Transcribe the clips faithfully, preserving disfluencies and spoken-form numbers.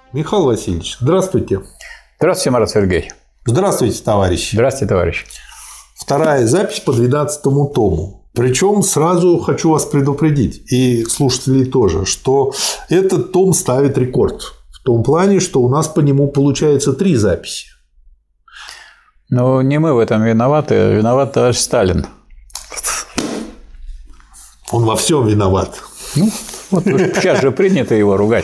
Михаил Васильевич, здравствуйте. Здравствуйте, Марат Сергеевич. Здравствуйте, товарищи. Здравствуйте, товарищ. Вторая запись по двенадцатому тому. Причем сразу хочу вас предупредить, и слушателей тоже, что этот том ставит рекорд. В том плане, что у нас по нему получается три записи. Ну, не мы в этом виноваты, виноват товарищ Сталин. Он во всем виноват. Ну, вот сейчас же принято его ругать.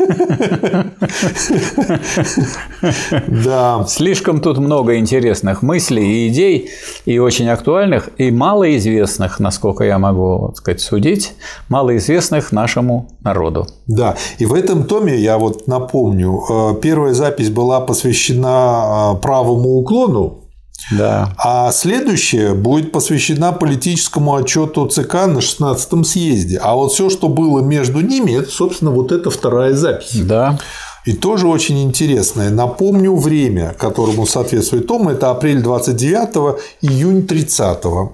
Да. Слишком тут много интересных мыслей и идей, и очень актуальных, и малоизвестных, насколько я могу, так сказать, судить, малоизвестных нашему народу. Да, и в этом томе, я вот напомню, первая запись была посвящена правому уклону. Да. А следующая будет посвящена политическому отчету ЦК на шестнадцатом съезде. А вот все, что было между ними, это, собственно, вот эта вторая запись. Да. И тоже очень интересная. Напомню время, которому соответствует том, это апрель двадцать девятого, июнь тридцатого.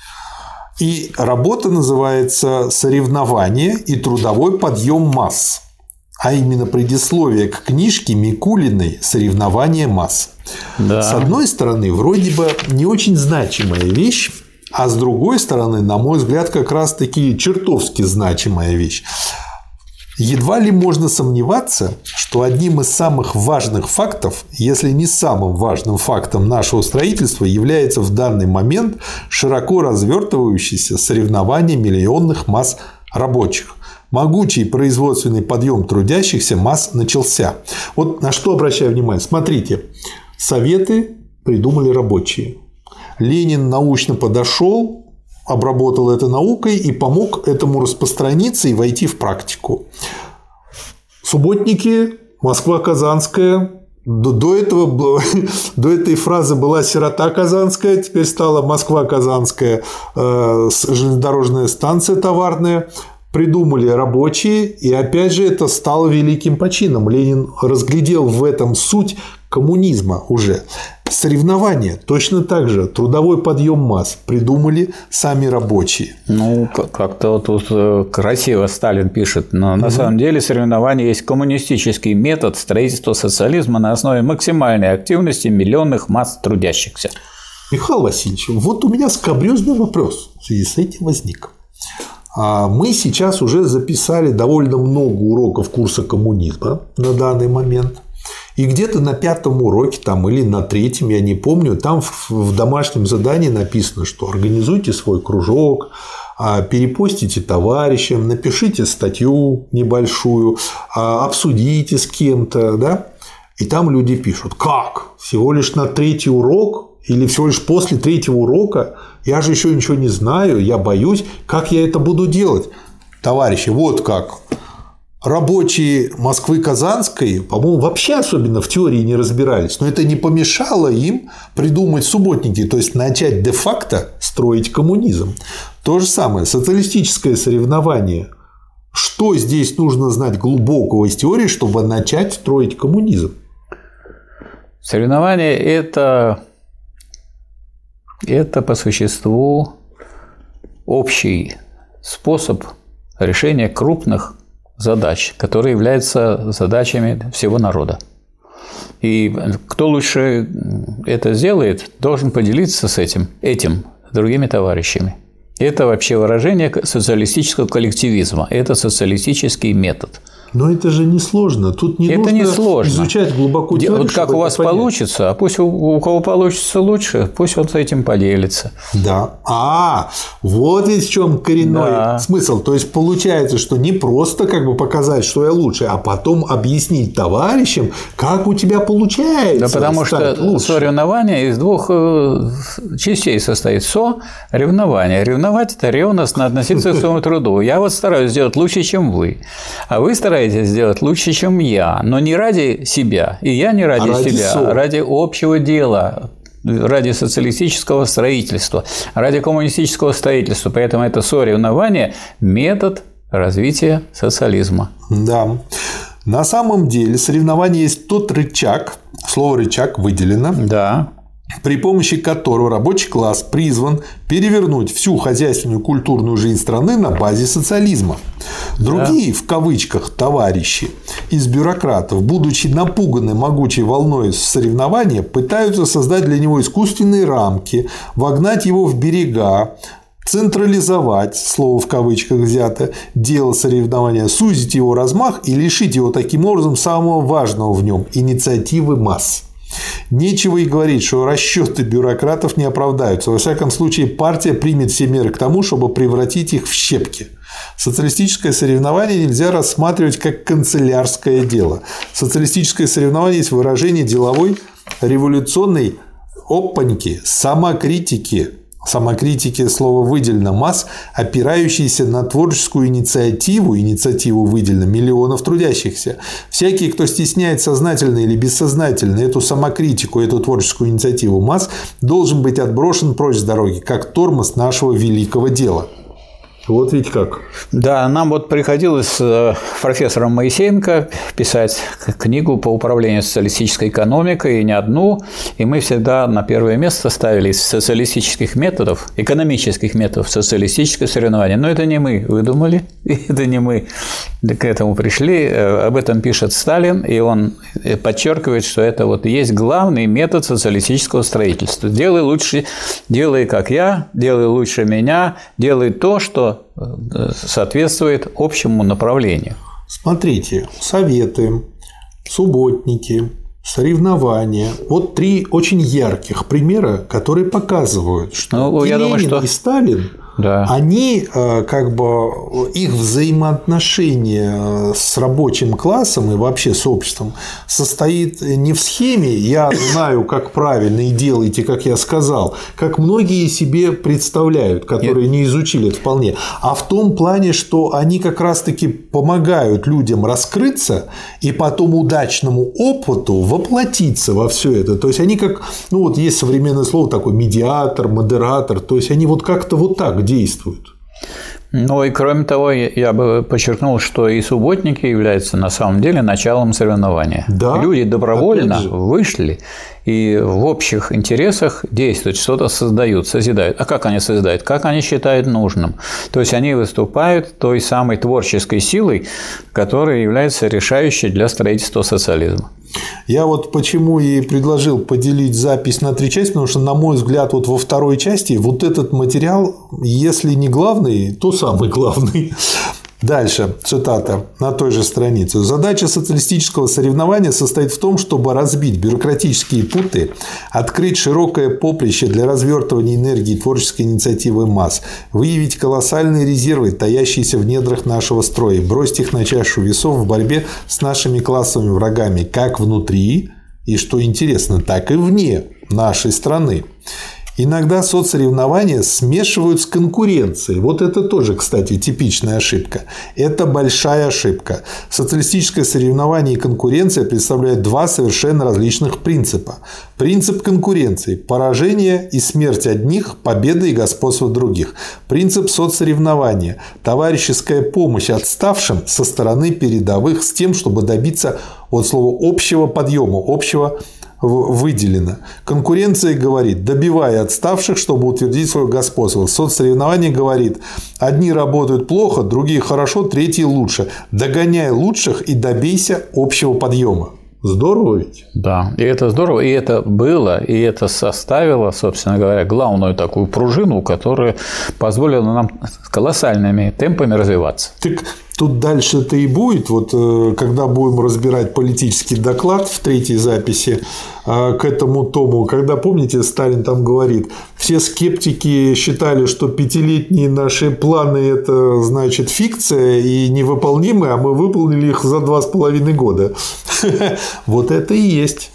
И работа называется «Соревнование и трудовой подъем масс». А именно предисловие к книжке Микулиной «Соревнование масс». Да. С одной стороны, вроде бы не очень значимая вещь, а с другой стороны, на мой взгляд, как раз-таки чертовски значимая вещь. Едва ли можно сомневаться, что одним из самых важных фактов, если не самым важным фактом нашего строительства, является в данный момент широко развертывающееся соревнование миллионных масс рабочих. Могучий производственный подъем трудящихся масс начался. Вот на что обращаю внимание. Смотрите, советы придумали рабочие. Ленин научно подошел, обработал это наукой и помог этому распространиться и войти в практику. Субботники, Москва Казанская. До этого, до этой фразы была сирота Казанская, теперь стала Москва Казанская, железнодорожная станция товарная. Придумали рабочие, и опять же это стало великим почином. Ленин разглядел в этом суть коммунизма уже. Соревнования точно так же, трудовой подъем масс придумали сами рабочие. Ну, как-то вот тут красиво Сталин пишет, но на угу. самом деле соревнования есть коммунистический метод строительства социализма на основе максимальной активности миллионных масс трудящихся. Михаил Васильевич, вот у меня скабрёзный вопрос в связи с этим возник. Мы сейчас уже записали довольно много уроков курса коммунизма на данный момент. И где-то на пятом уроке там, или на третьем, я не помню, там в домашнем задании написано, что организуйте свой кружок, перепостите товарищам, напишите статью небольшую, обсудите с кем-то. Да? И там люди пишут: как? Всего лишь на третий урок? Или всего лишь после третьего урока? Я же еще ничего не знаю, я боюсь, как я это буду делать. Товарищи, вот как. Рабочие Москвы Казанской, по-моему, вообще особенно в теории не разбирались, но это не помешало им придумать субботники, то есть начать де-факто строить коммунизм. То же самое, социалистическое соревнование. Что здесь нужно знать глубокого из теории, чтобы начать строить коммунизм? Соревнование – это... Это по существу общий способ решения крупных задач, которые являются задачами всего народа. И кто лучше это сделает, должен поделиться с этим, этим с другими товарищами. Это вообще выражение социалистического коллективизма, это социалистический метод. Но это же не сложно. Тут не это нужно не сложно. изучать глубоко теорию. Вот как у вас понять. Получится, а пусть у, у кого получится лучше, пусть он с этим поделится. Да. А, вот ведь в чем коренной да. смысл. То есть получается, что не просто как бы показать, что я лучше, а потом объяснить товарищам, как у тебя получается. Да, потому что лучше. Соревнование из двух частей состоит. Со – ревнование. Ревновать – это ревностно относиться к своему труду. Я вот стараюсь сделать лучше, чем вы, а вы стараетесь сделать лучше, чем я, но не ради себя, и я не ради, а ради себя, а ради общего дела, ради социалистического строительства, ради коммунистического строительства. Поэтому это соревнование – метод развития социализма. Да. На самом деле соревнование есть тот рычаг, слово «рычаг» выделено, да. при помощи которого рабочий класс призван перевернуть всю хозяйственную и культурную жизнь страны на базе социализма. Другие, да. в кавычках, товарищи из бюрократов, будучи напуганы могучей волной соревнования, пытаются создать для него искусственные рамки, вогнать его в берега, централизовать, слово в кавычках взято, дело соревнования, сузить его размах и лишить его таким образом самого важного в нем – инициативы масс. Нечего и говорить, что расчеты бюрократов не оправдаются. Во всяком случае, партия примет все меры к тому, чтобы превратить их в щепки. Социалистическое соревнование нельзя рассматривать как канцелярское дело. Социалистическое соревнование есть выражение деловой революционной опаньки, самокритики. Самокритики слово выделено масс, опирающиеся на творческую инициативу, инициативу выделено миллионов трудящихся. Всякий, кто стесняет сознательно или бессознательно эту самокритику, эту творческую инициативу масс, должен быть отброшен прочь с дороги, как тормоз нашего великого дела. Вот ведь как. Да, нам вот приходилось с профессором Моисеенко писать книгу по управлению социалистической экономикой, и не одну, и мы всегда на первое место ставили из социалистических методов, экономических методов социалистическое соревнование. Но это не мы выдумали, это не мы к этому пришли, об этом пишет Сталин, и он подчеркивает, что это вот есть главный метод социалистического строительства. Делай лучше, делай как я, делай лучше меня, делай то, что соответствует общему направлению. Смотрите, советы, субботники, соревнования. Вот три очень ярких примера, которые показывают, что ну, и я Ленин, думаю, что... и Сталин, да. они как бы их взаимоотношения с рабочим классом и вообще с обществом состоит не в схеме «я знаю, как правильно и делайте, как я сказал», как многие себе представляют, которые не изучили это вполне, а в том плане, что они как раз-таки помогают людям раскрыться и потом удачному опыту воплотиться во все это. То есть они как, ну вот есть современное слово такое медиатор, модератор, то есть они вот как-то вот так действуют. Ну и кроме того, я бы подчеркнул, что и субботники являются на самом деле началом соревнования. Да, люди добровольно вышли и в общих интересах действуют, что-то создают, созидают. А как они созидают? Как они считают нужным? То есть они выступают той самой творческой силой, которая является решающей для строительства социализма. Я вот почему и предложил поделить запись на три части, потому что, на мой взгляд, вот во второй части вот этот материал, если не главный, то самый главный. Дальше, цитата на той же странице. Задача социалистического соревнования состоит в том, чтобы разбить бюрократические путы, открыть широкое поприще для развертывания энергии творческой инициативы масс, выявить колоссальные резервы, таящиеся в недрах нашего строя, бросить их на чашу весов в борьбе с нашими классовыми врагами, как внутри, и, что интересно, так и вне нашей страны. Иногда соцсоревнования смешивают с конкуренцией. Вот это тоже, кстати, типичная ошибка. Это большая ошибка. Социалистическое соревнование и конкуренция представляют два совершенно различных принципа. Принцип конкуренции – поражение и смерть одних, победа и господство других. Принцип соцсоревнования – товарищеская помощь отставшим со стороны передовых с тем, чтобы добиться от слова общего подъема, общего выделено. Конкуренция говорит, добивай отставших, чтобы утвердить свое господство. Соцсоревнование говорит, одни работают плохо, другие хорошо, третьи лучше. Догоняй лучших и добейся общего подъема. Здорово ведь? Да, и это здорово, и это было, и это составило, собственно говоря, главную такую пружину, которая позволила нам колоссальными темпами развиваться. Так тут дальше-то и будет, вот когда будем разбирать политический доклад в третьей записи к этому тому, когда, помните, Сталин там говорит, все скептики считали, что пятилетние наши планы – это, значит, фикция и невыполнимые, а мы выполнили их за два с половиной года. Вот это и есть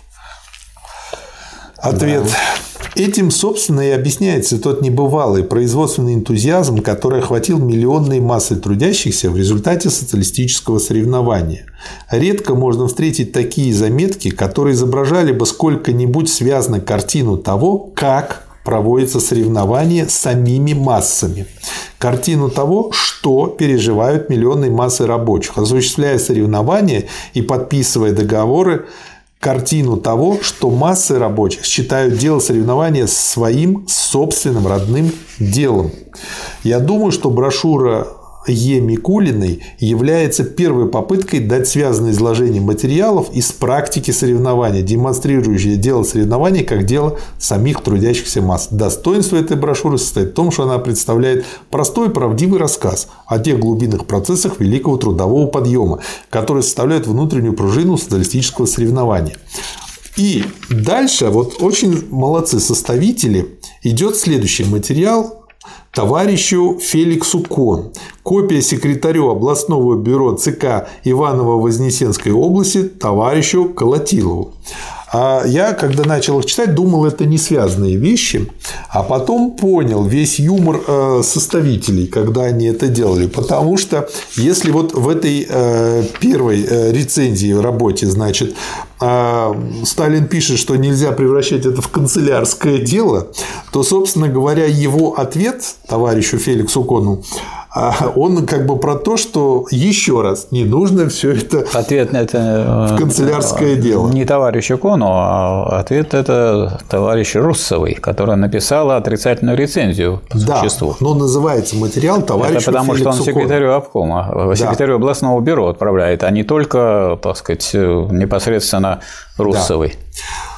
ответ. Да. Этим, собственно, и объясняется тот небывалый производственный энтузиазм, который охватил миллионные массы трудящихся в результате социалистического соревнования. Редко можно встретить такие заметки, которые изображали бы сколько-нибудь связно картину того, как проводится соревнование с самими массами. Картину того, что переживают миллионные массы рабочих, осуществляя соревнования и подписывая договоры картину того, что массы рабочих считают дело соревнования своим собственным родным делом. Я думаю, что брошюра Е. Микулиной является первой попыткой дать связанное изложение материалов из практики соревнования, демонстрирующее дело соревнования как дело самих трудящихся масс. Достоинство этой брошюры состоит в том, что она представляет простой правдивый рассказ о тех глубинных процессах великого трудового подъема, которые составляют внутреннюю пружину социалистического соревнования. И дальше, вот очень молодцы составители, идет следующий материал товарищу Феликсу Кон. Копия секретарю областного бюро ЦК Иваново-Вознесенской области товарищу Колотилову. А я, когда начал их читать, думал, это не связанные вещи, а потом понял весь юмор составителей, когда они это делали. Потому что если вот в этой первой рецензии в работе, значит, Сталин пишет, что нельзя превращать это в канцелярское дело, то, собственно говоря, его ответ товарищу Феликсу Кону, он как бы про то, что еще раз не нужно все это ответ это в канцелярское дело. Не товарищу Кону, а ответ это товарищу Руссовой, которая написала отрицательную рецензию по существу. Да, но называется материал товарищу Это потому, Феликсу что он секретарю обкома, да. секретарю областного бюро отправляет, а не только, так сказать, непосредственно Руссовой. Да.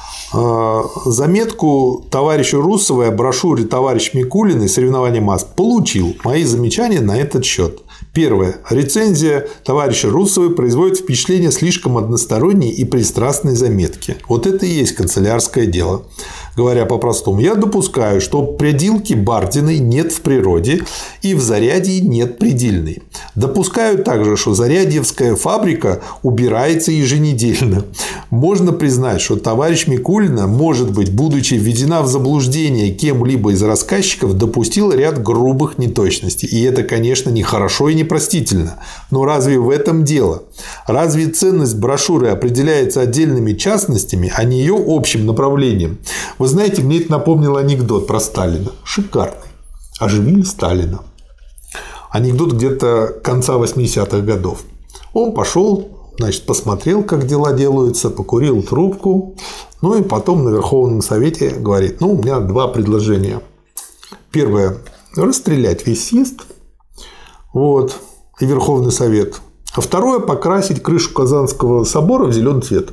Заметку товарищу Руссовой о брошюре товарища Микулиной «Соревнования масс» получил. Мои замечания на этот счет. Первое. Рецензия товарища Руссовой производит впечатление слишком односторонней и пристрастной заметки. Вот это и есть канцелярское дело. Говоря по-простому, я допускаю, что прядилки Бардиной нет в природе и в Зарядье нет предельной. Допускаю также, что Зарядьевская фабрика убирается еженедельно. Можно признать, что товарищ Микулина, может быть, будучи введена в заблуждение кем-либо из рассказчиков, допустил ряд грубых неточностей. И это, конечно, нехорошо и непростительно. Но разве в этом дело? Разве ценность брошюры определяется отдельными частностями, а не ее общим направлением? Вы знаете, мне это напомнило анекдот про Сталина. Шикарный. Оживили Сталина. Анекдот где-то конца восьмидесятых годов. Он пошел, значит, посмотрел, как дела делаются, покурил трубку. Ну и потом на Верховном Совете говорит: ну, у меня два предложения. Первое – расстрелять весь съезд. Вот, и Верховный Совет. А второе – покрасить крышу Казанского собора в зеленый цвет.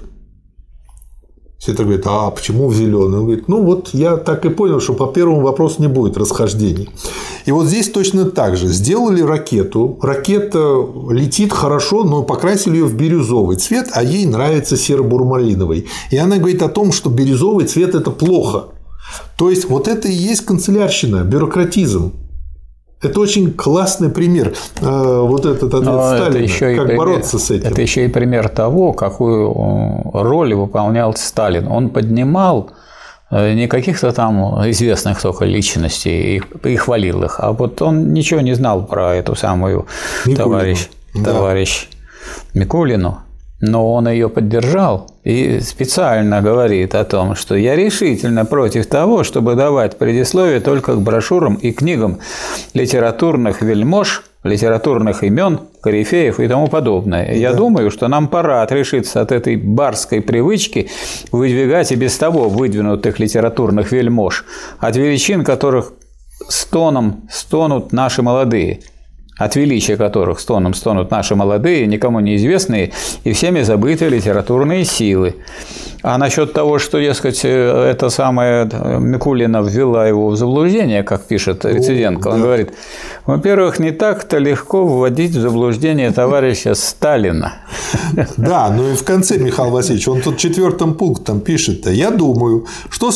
Все так говорят: а почему в зеленый? Он говорит: ну вот я так и понял, что по первому вопросу не будет расхождений. И вот здесь точно так же. Сделали ракету. Ракета летит хорошо, но покрасили ее в бирюзовый цвет, а ей нравится серо-бурмалиновый. И она говорит о том, что бирюзовый цвет – это плохо. То есть вот это и есть канцелярщина, бюрократизм. Это очень классный пример. Вот этот ответ Сталина, еще как пример, бороться с этим. Это еще и пример того, какую роль выполнял Сталин. Он поднимал не каких-то там известных только личностей и хвалил их, а вот он ничего не знал про эту самую товарищ, да. товарищ Микулину. Но он ее поддержал и специально говорит о том, что я решительно против того, чтобы давать предисловие только к брошюрам и книгам литературных вельмож, литературных имен, корифеев и тому подобное. Да. Я думаю, что нам пора отрешиться от этой барской привычки выдвигать и без того выдвинутых литературных вельмож, от величин которых стоном стонут наши молодые. От величия которых стоном стонут наши молодые, никому неизвестные и всеми забытые литературные силы. А насчет того, что, дескать, эта самая Микулина ввела его в заблуждение, как пишет Рециденко, он говорит: во-первых, не так-то легко вводить в заблуждение товарища Сталина. Да, ну и в конце, Михаил Васильевич, он тут четвертым пунктом пишет: я думаю, что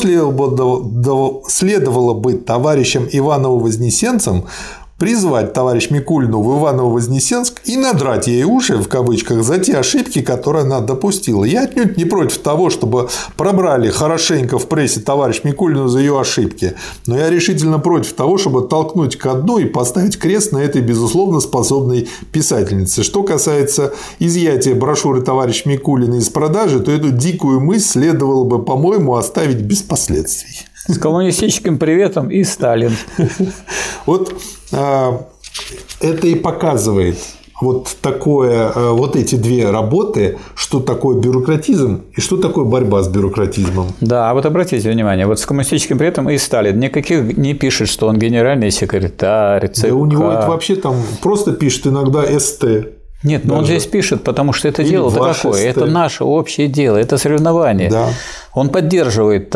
следовало бы товарищам Иваново-Вознесенцам призвать товарищ Микулину в Иваново-Вознесенск и надрать ей уши, в кавычках, за те ошибки, которые она допустила. Я отнюдь не против того, чтобы пробрали хорошенько в прессе товарищ Микулину за ее ошибки, но я решительно против того, чтобы толкнуть ко дну и поставить крест на этой, безусловно, способной писательнице. Что касается изъятия брошюры товарища Микулина из продажи, то эту дикую мысль следовало бы, по-моему, оставить без последствий. С коммунистическим приветом и Сталин. Вот это и показывает вот такое, вот эти две работы, что такое бюрократизм и что такое борьба с бюрократизмом. Да, а вот обратите внимание, вот с коммунистическим приветом и Сталин никаких не пишет, что он генеральный секретарь, ЦК. Да у него это вообще там просто пишет иногда СТ. Нет, но он здесь пишет, потому что это дело-то какое. СТ. Это наше общее дело, это соревнование. Да. Он поддерживает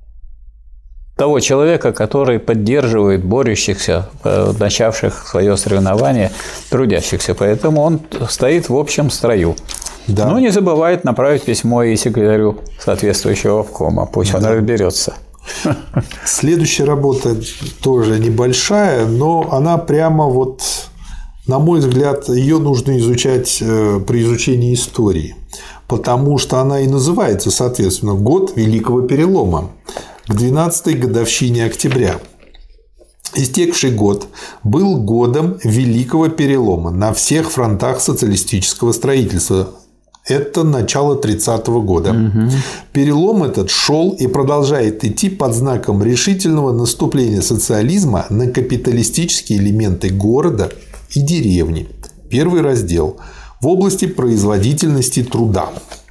того человека, который поддерживает борющихся, начавших свое соревнование, трудящихся. Поэтому он стоит в общем строю. Да. Но не забывает направить письмо и секретарю соответствующего обкома. Пусть да. он разберется. Следующая работа тоже небольшая, но она прямо вот, на мой взгляд, ее нужно изучать при изучении истории, потому что она и называется, соответственно, «Год Великого Перелома». К двенадцатой годовщине октября. Истекший год был годом Великого Перелома на всех фронтах социалистического строительства. Это начало тридцатого года. Угу. Перелом этот шел и продолжает идти под знаком решительного наступления социализма на капиталистические элементы города и деревни. Первый раздел. В области производительности труда.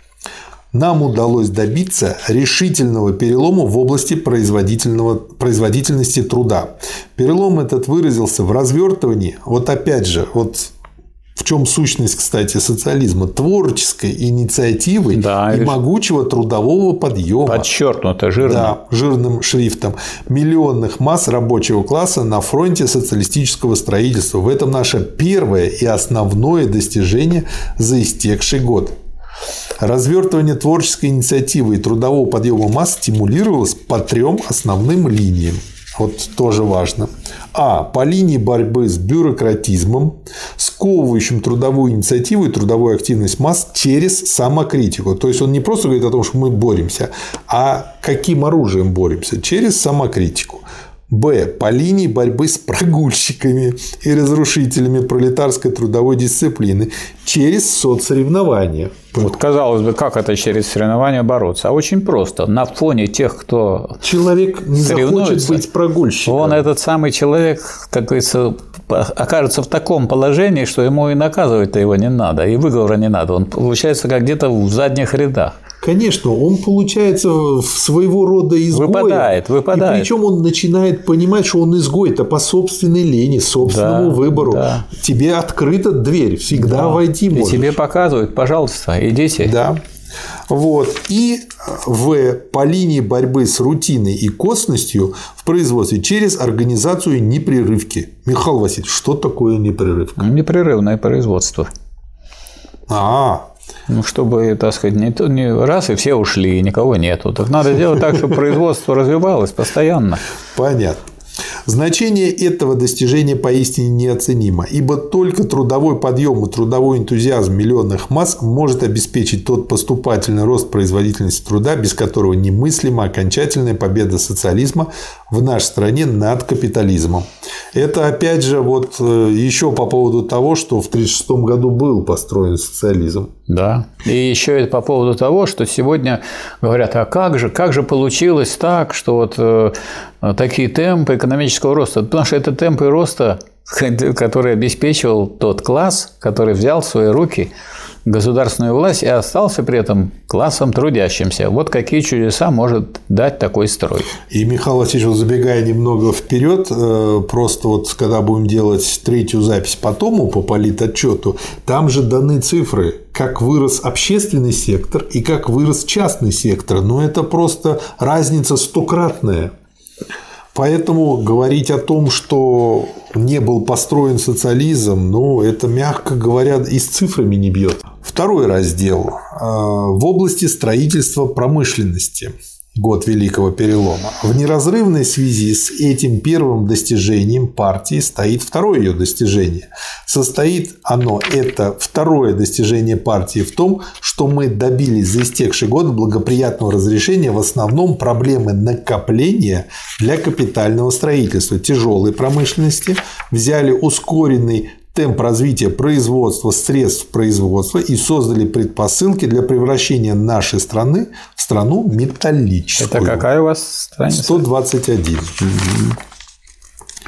Нам удалось добиться решительного перелома в области производительного, производительности труда. Перелом этот выразился в развертывании, вот опять же, вот в чем сущность, кстати, социализма, творческой инициативы да, и могучего трудового подъема. Подчеркнуто жирным. Да, жирным шрифтом. Миллионных масс рабочего класса на фронте социалистического строительства. В этом наше первое и основное достижение за истекший год. Развертывание творческой инициативы и трудового подъема масс стимулировалось по трем основным линиям. Вот тоже важно. А. По линии борьбы с бюрократизмом, сковывающим трудовую инициативу и трудовую активность масс через самокритику. То есть он не просто говорит о том, что мы боремся, а каким оружием боремся? Через самокритику. Б. По линии борьбы с прогульщиками и разрушителями пролетарской трудовой дисциплины через соцсоревнования. Вот, казалось бы, как это через соревнования бороться? А очень просто. На фоне тех, кто человек не захочет быть прогульщиком. Он, этот самый человек, как говорится, окажется в таком положении, что ему и наказывать-то его не надо, и выговора не надо. Он получается как где-то в задних рядах. Конечно, он получается в своего рода изгой. Выпадает, выпадает. И причем он начинает понимать, что он изгой-то по собственной лени, собственному да, выбору. Да. Тебе открыта дверь, всегда да. войти можешь. И тебе показывают, пожалуйста, идите. Да. Вот. И В. По линии борьбы с рутиной и косностью в производстве через организацию непрерывки. Михаил Васильевич, что такое непрерывка? Непрерывное производство. А. Ну, чтобы, так сказать, не, не раз и все ушли, и никого нету. Так надо сделать так, чтобы производство развивалось постоянно. Понятно. Значение этого достижения поистине неоценимо, ибо только трудовой подъем и трудовой энтузиазм миллионных масс может обеспечить тот поступательный рост производительности труда, без которого немыслима окончательная победа социализма в нашей стране над капитализмом. Это, опять же, вот еще по поводу того, что в тысяча девятьсот тридцать шестом году был построен социализм. Да. И еще это по поводу того, что сегодня говорят, а как же, как же получилось так, что вот э, такие темпы экономического роста, потому что это темпы роста, который обеспечивал тот класс, который взял в свои руки государственную власть и остался при этом классом трудящимся. Вот какие чудеса может дать такой строй. И, Михаил Васильевич, забегая немного вперед, просто вот когда будем делать третью запись по тому, по политотчету, там же даны цифры, как вырос общественный сектор и как вырос частный сектор. Но это просто разница стократная. Поэтому говорить о том, что не был построен социализм, ну, это, мягко говоря, и с цифрами не бьет. Второй раздел. В области строительства промышленности. Год Великого Перелома. В неразрывной связи с этим первым достижением партии стоит второе ее достижение. Состоит оно, это второе достижение партии, в том, что мы добились за истекший год благоприятного разрешения в основном проблемы накопления для капитального строительства тяжелой промышленности, взяли ускоренный темп развития производства средств производства и создали предпосылки для превращения нашей страны в страну металлическую. Это какая у вас страница? сто двадцать один.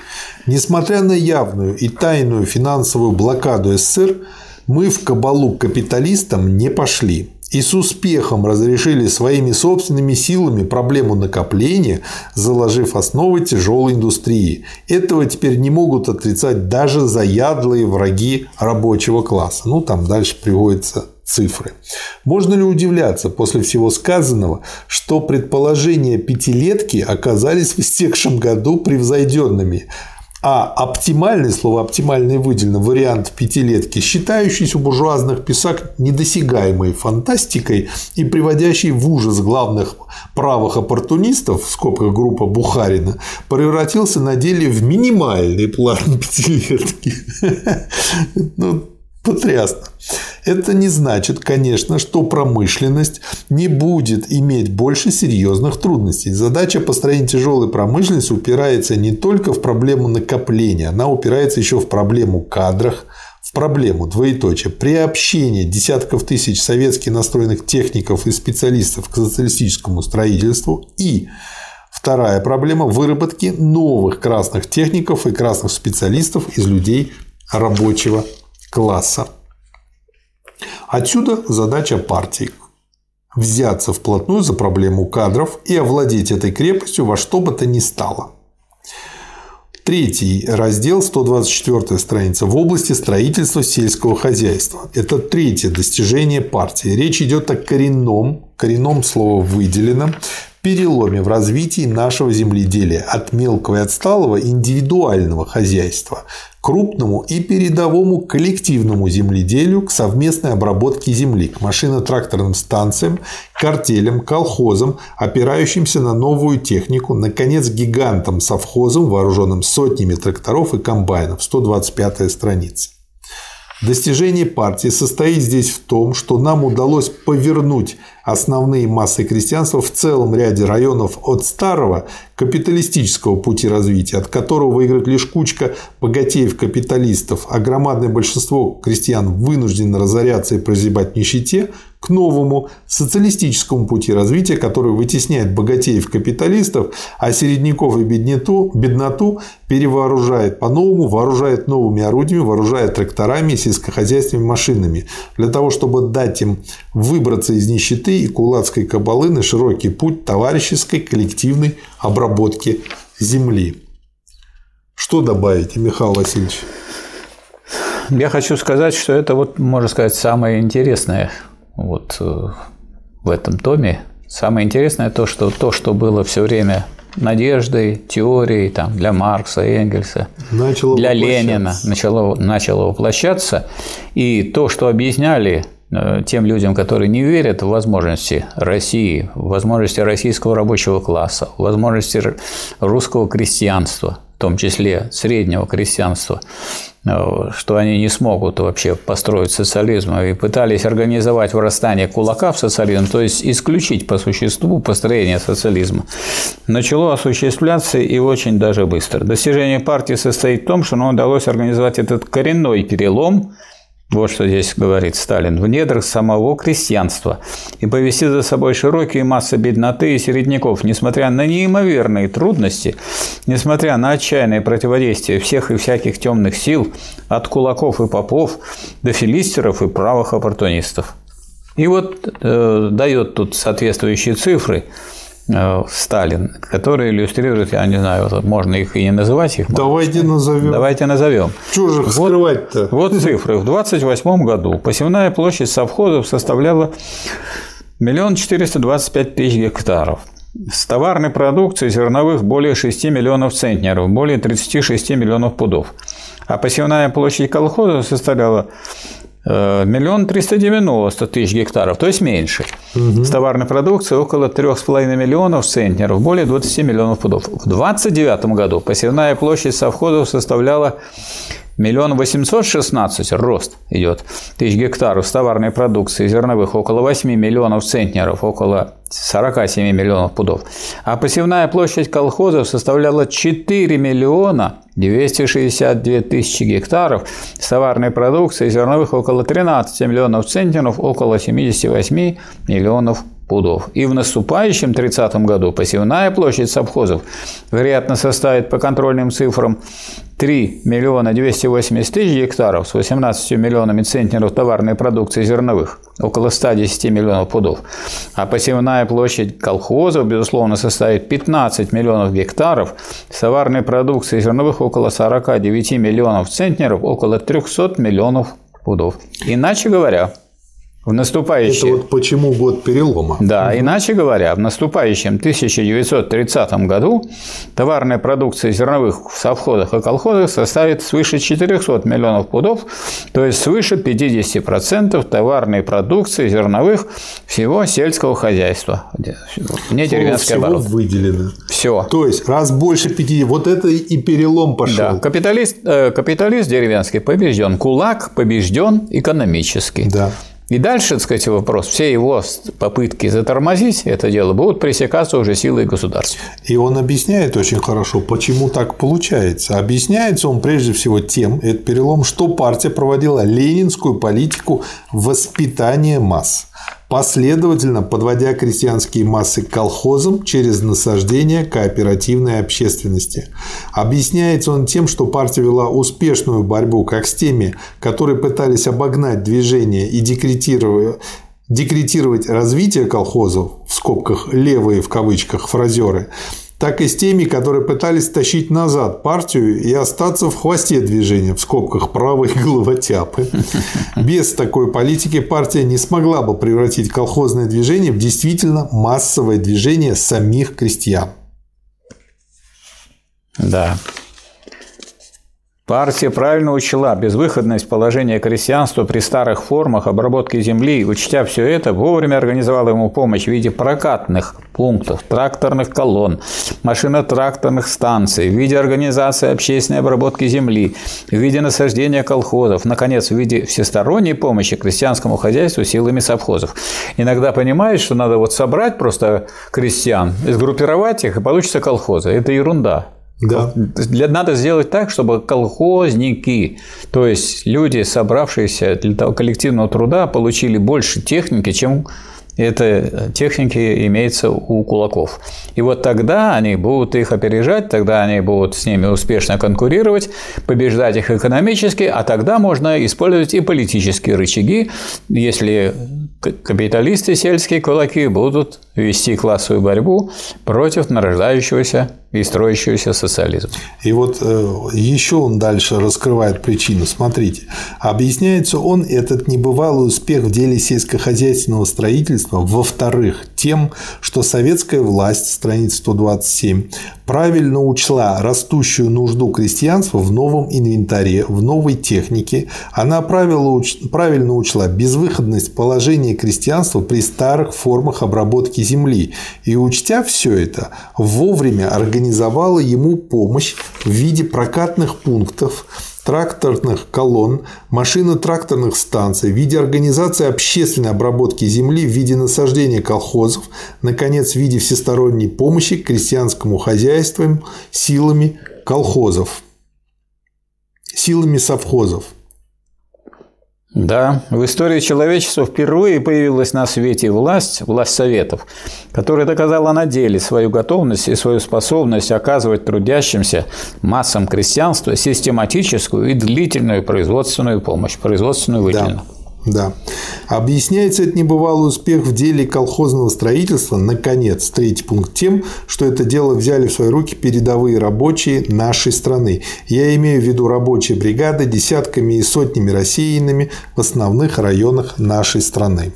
Несмотря на явную и тайную финансовую блокаду СССР, мы в кабалу к капиталистам не пошли и с успехом разрешили своими собственными силами проблему накопления, заложив основы тяжелой индустрии. Этого теперь не могут отрицать даже заядлые враги рабочего класса. Ну, там дальше приводятся цифры. Можно ли удивляться после всего сказанного, что предположения пятилетки оказались в истекшем году превзойденными? А оптимальный, слово «оптимальный» выделено, вариант пятилетки, считающийся у буржуазных писак недосягаемой фантастикой и приводящий в ужас главных правых оппортунистов, в скобках группа Бухарина, превратился на деле в минимальный план пятилетки. Ну, потрясно. Это не значит, конечно, что промышленность не будет иметь больше серьезных трудностей. Задача построения тяжелой промышленности упирается не только в проблему накопления, она упирается еще в проблему кадров, в проблему, двоеточие, приобщения десятков тысяч советски настроенных техников и специалистов к социалистическому строительству и вторая проблема – выработки новых красных техников и красных специалистов из людей рабочего класса. Отсюда задача партии – взяться вплотную за проблему кадров и овладеть этой крепостью во что бы то ни стало. Третий раздел, сто двадцать четвёртая страница, в области строительства сельского хозяйства. Это третье достижение партии. Речь идет о коренном, коренном слово выделено, переломе в развитии нашего земледелия от мелкого и отсталого индивидуального хозяйства к крупному и передовому коллективному земледелию, к совместной обработке земли, к машино-тракторным станциям, к артелям, колхозам, опирающимся на новую технику, наконец, гигантам совхозам, вооруженным сотнями тракторов и комбайнов. сто двадцать пятая страница. Достижение партии состоит здесь в том, что нам удалось повернуть основные массы крестьянства в целом ряде районов от старого капиталистического пути развития, от которого выиграет лишь кучка богатеев-капиталистов, а громадное большинство крестьян вынуждено разоряться и прозябать в нищете, к новому социалистическому пути развития, который вытесняет богатеев-капиталистов, а середняков и бедноту, бедноту перевооружает по-новому, вооружает новыми орудиями, вооружает тракторами и сельскохозяйственными машинами, для того, чтобы дать им выбраться из нищеты и кулацкой кабалы на широкий путь товарищеской коллективной обработки земли. Что добавите, Михаил Васильевич? Я хочу сказать, что это, вот, можно сказать, самое интересное вот в этом томе. Самое интересное то, что то, что было все время надеждой, теорией там, для Маркса, Энгельса, начало для Ленина, начало, начало воплощаться. И то, что объясняли тем людям, которые не верят в возможности России, в возможности российского рабочего класса, в возможности русского крестьянства, в том числе среднего крестьянства, что они не смогут вообще построить социализм, и пытались организовать вырастание кулака в социализм, то есть исключить по существу построение социализма, начало осуществляться и очень даже быстро. Достижение партии состоит в том, что нам удалось организовать этот коренной перелом, вот что здесь говорит Сталин, в недрах самого крестьянства и повести за собой широкие массы бедноты и середняков, несмотря на неимоверные трудности, несмотря на отчаянное противодействие всех и всяких темных сил, от кулаков и попов до филистеров и правых оппортунистов. И вот э, дает тут соответствующие цифры Сталин, которые иллюстрируют, я не знаю, можно их и не называть. Их Давайте можно. назовем. Давайте назовем. Чего же их скрывать-то? Вот, вот цифры. В двадцать восьмом году посевная площадь совхозов составляла миллион четыреста двадцать пять тысяч гектаров. С товарной продукцией зерновых более шести миллионов центнеров, более тридцати шести миллионов пудов. А посевная площадь колхозов составляла миллион триста девяносто тысяч гектаров, то есть меньше. Угу. С товарной продукцией около трёх с половиной миллионов центнеров, более двадцати миллионов пудов. В двадцать девятом году посевная площадь совхозов составляла миллион восемьсот шестнадцать, рост идет, тысяч гектаров, с товарной продукцией зерновых около восьми миллионов центнеров, около сорока семи миллионов пудов. А посевная площадь колхозов составляла четыре миллиона двести шестьдесят две тысячи гектаров, с товарной продукцией зерновых около тринадцати миллионов центнеров, около семидесяти восьми миллионов пудов. И в наступающем тридцатом году посевная площадь совхозов, вероятно, составит по контрольным цифрам три миллиона двести восемьдесят тысяч гектаров с восемнадцатью миллионами центнеров товарной продукции зерновых, около ста десяти миллионов пудов. А посевная площадь колхозов, безусловно, составит пятнадцать миллионов гектаров, с товарной продукции зерновых около сорока девяти миллионов центнеров, около трехсот миллионов пудов. Иначе говоря, в наступающем... Это вот почему год перелома. Да, угу. Иначе говоря, в наступающем тысяча девятьсот тридцатом году товарная продукция зерновых в совхозах и колхозах составит свыше четырехсот миллионов пудов, то есть свыше пятидесяти процентов товарной продукции зерновых всего сельского хозяйства. Не деревенский оборот. Выделено. Все. То есть, раз больше пятидесяти, вот это и перелом пошел. Да, капиталист, э, капиталист деревенский побежден, кулак побежден экономически. Да. И дальше, так сказать, вопрос, все его попытки затормозить это дело будут пресекаться уже силой государства. И он объясняет очень хорошо, почему так получается. Объясняется он прежде всего тем, этот перелом, что партия проводила ленинскую политику воспитания масс, последовательно подводя крестьянские массы к колхозам через насаждение кооперативной общественности. Объясняется он тем, что партия вела успешную борьбу как с теми, которые пытались обогнать движение и декретировать декретировать развитие колхозов, в скобках «левые» в кавычках фразеры, так и с теми, которые пытались тащить назад партию и остаться в хвосте движения, в скобках «правые головотяпы». Без такой политики партия не смогла бы превратить колхозное движение в действительно массовое движение самих крестьян. Да. Партия правильно учла безвыходность положения крестьянства при старых формах обработки земли, учтя все это, вовремя организовала ему помощь в виде прокатных пунктов, тракторных колонн, машино-тракторных станций, в виде организации общественной обработки земли, в виде насаждения колхозов, наконец, в виде всесторонней помощи крестьянскому хозяйству силами совхозов. Иногда понимаешь, что надо вот собрать просто крестьян, сгруппировать их, и получится колхозы. Это ерунда. Да. Надо сделать так, чтобы колхозники, то есть люди, собравшиеся для того коллективного труда, получили больше техники, чем эта техники имеется у кулаков. И вот тогда они будут их опережать, тогда они будут с ними успешно конкурировать, побеждать их экономически, а тогда можно использовать и политические рычаги, если капиталисты сельские кулаки будут вести классовую борьбу против нарождающегося и строящегося социализма. И вот э, еще он дальше раскрывает причину. Смотрите, объясняется он этот небывалый успех в деле сельскохозяйственного строительства, во-вторых, тем, что советская власть, страница сто двадцать семь, правильно учла растущую нужду крестьянства в новом инвентаре, в новой технике. Она правильно учла безвыходность положения крестьянства при старых формах обработки земли. И, учтя все это, вовремя организовала ему помощь в виде прокатных пунктов, тракторных колонн, машино-тракторных станций, в виде организации общественной обработки земли, в виде насаждения колхозов, наконец, в виде всесторонней помощи крестьянскому хозяйству силами колхозов, силами совхозов. Да, в истории человечества впервые появилась на свете власть, власть советов, которая доказала на деле свою готовность и свою способность оказывать трудящимся массам крестьянства систематическую и длительную производственную помощь, производственную выделенную. Да. Да. Объясняется этот небывалый успех в деле колхозного строительства, наконец, третий пункт, тем, что это дело взяли в свои руки передовые рабочие нашей страны. Я имею в виду рабочие бригады десятками и сотнями рассеянными в основных районах нашей страны.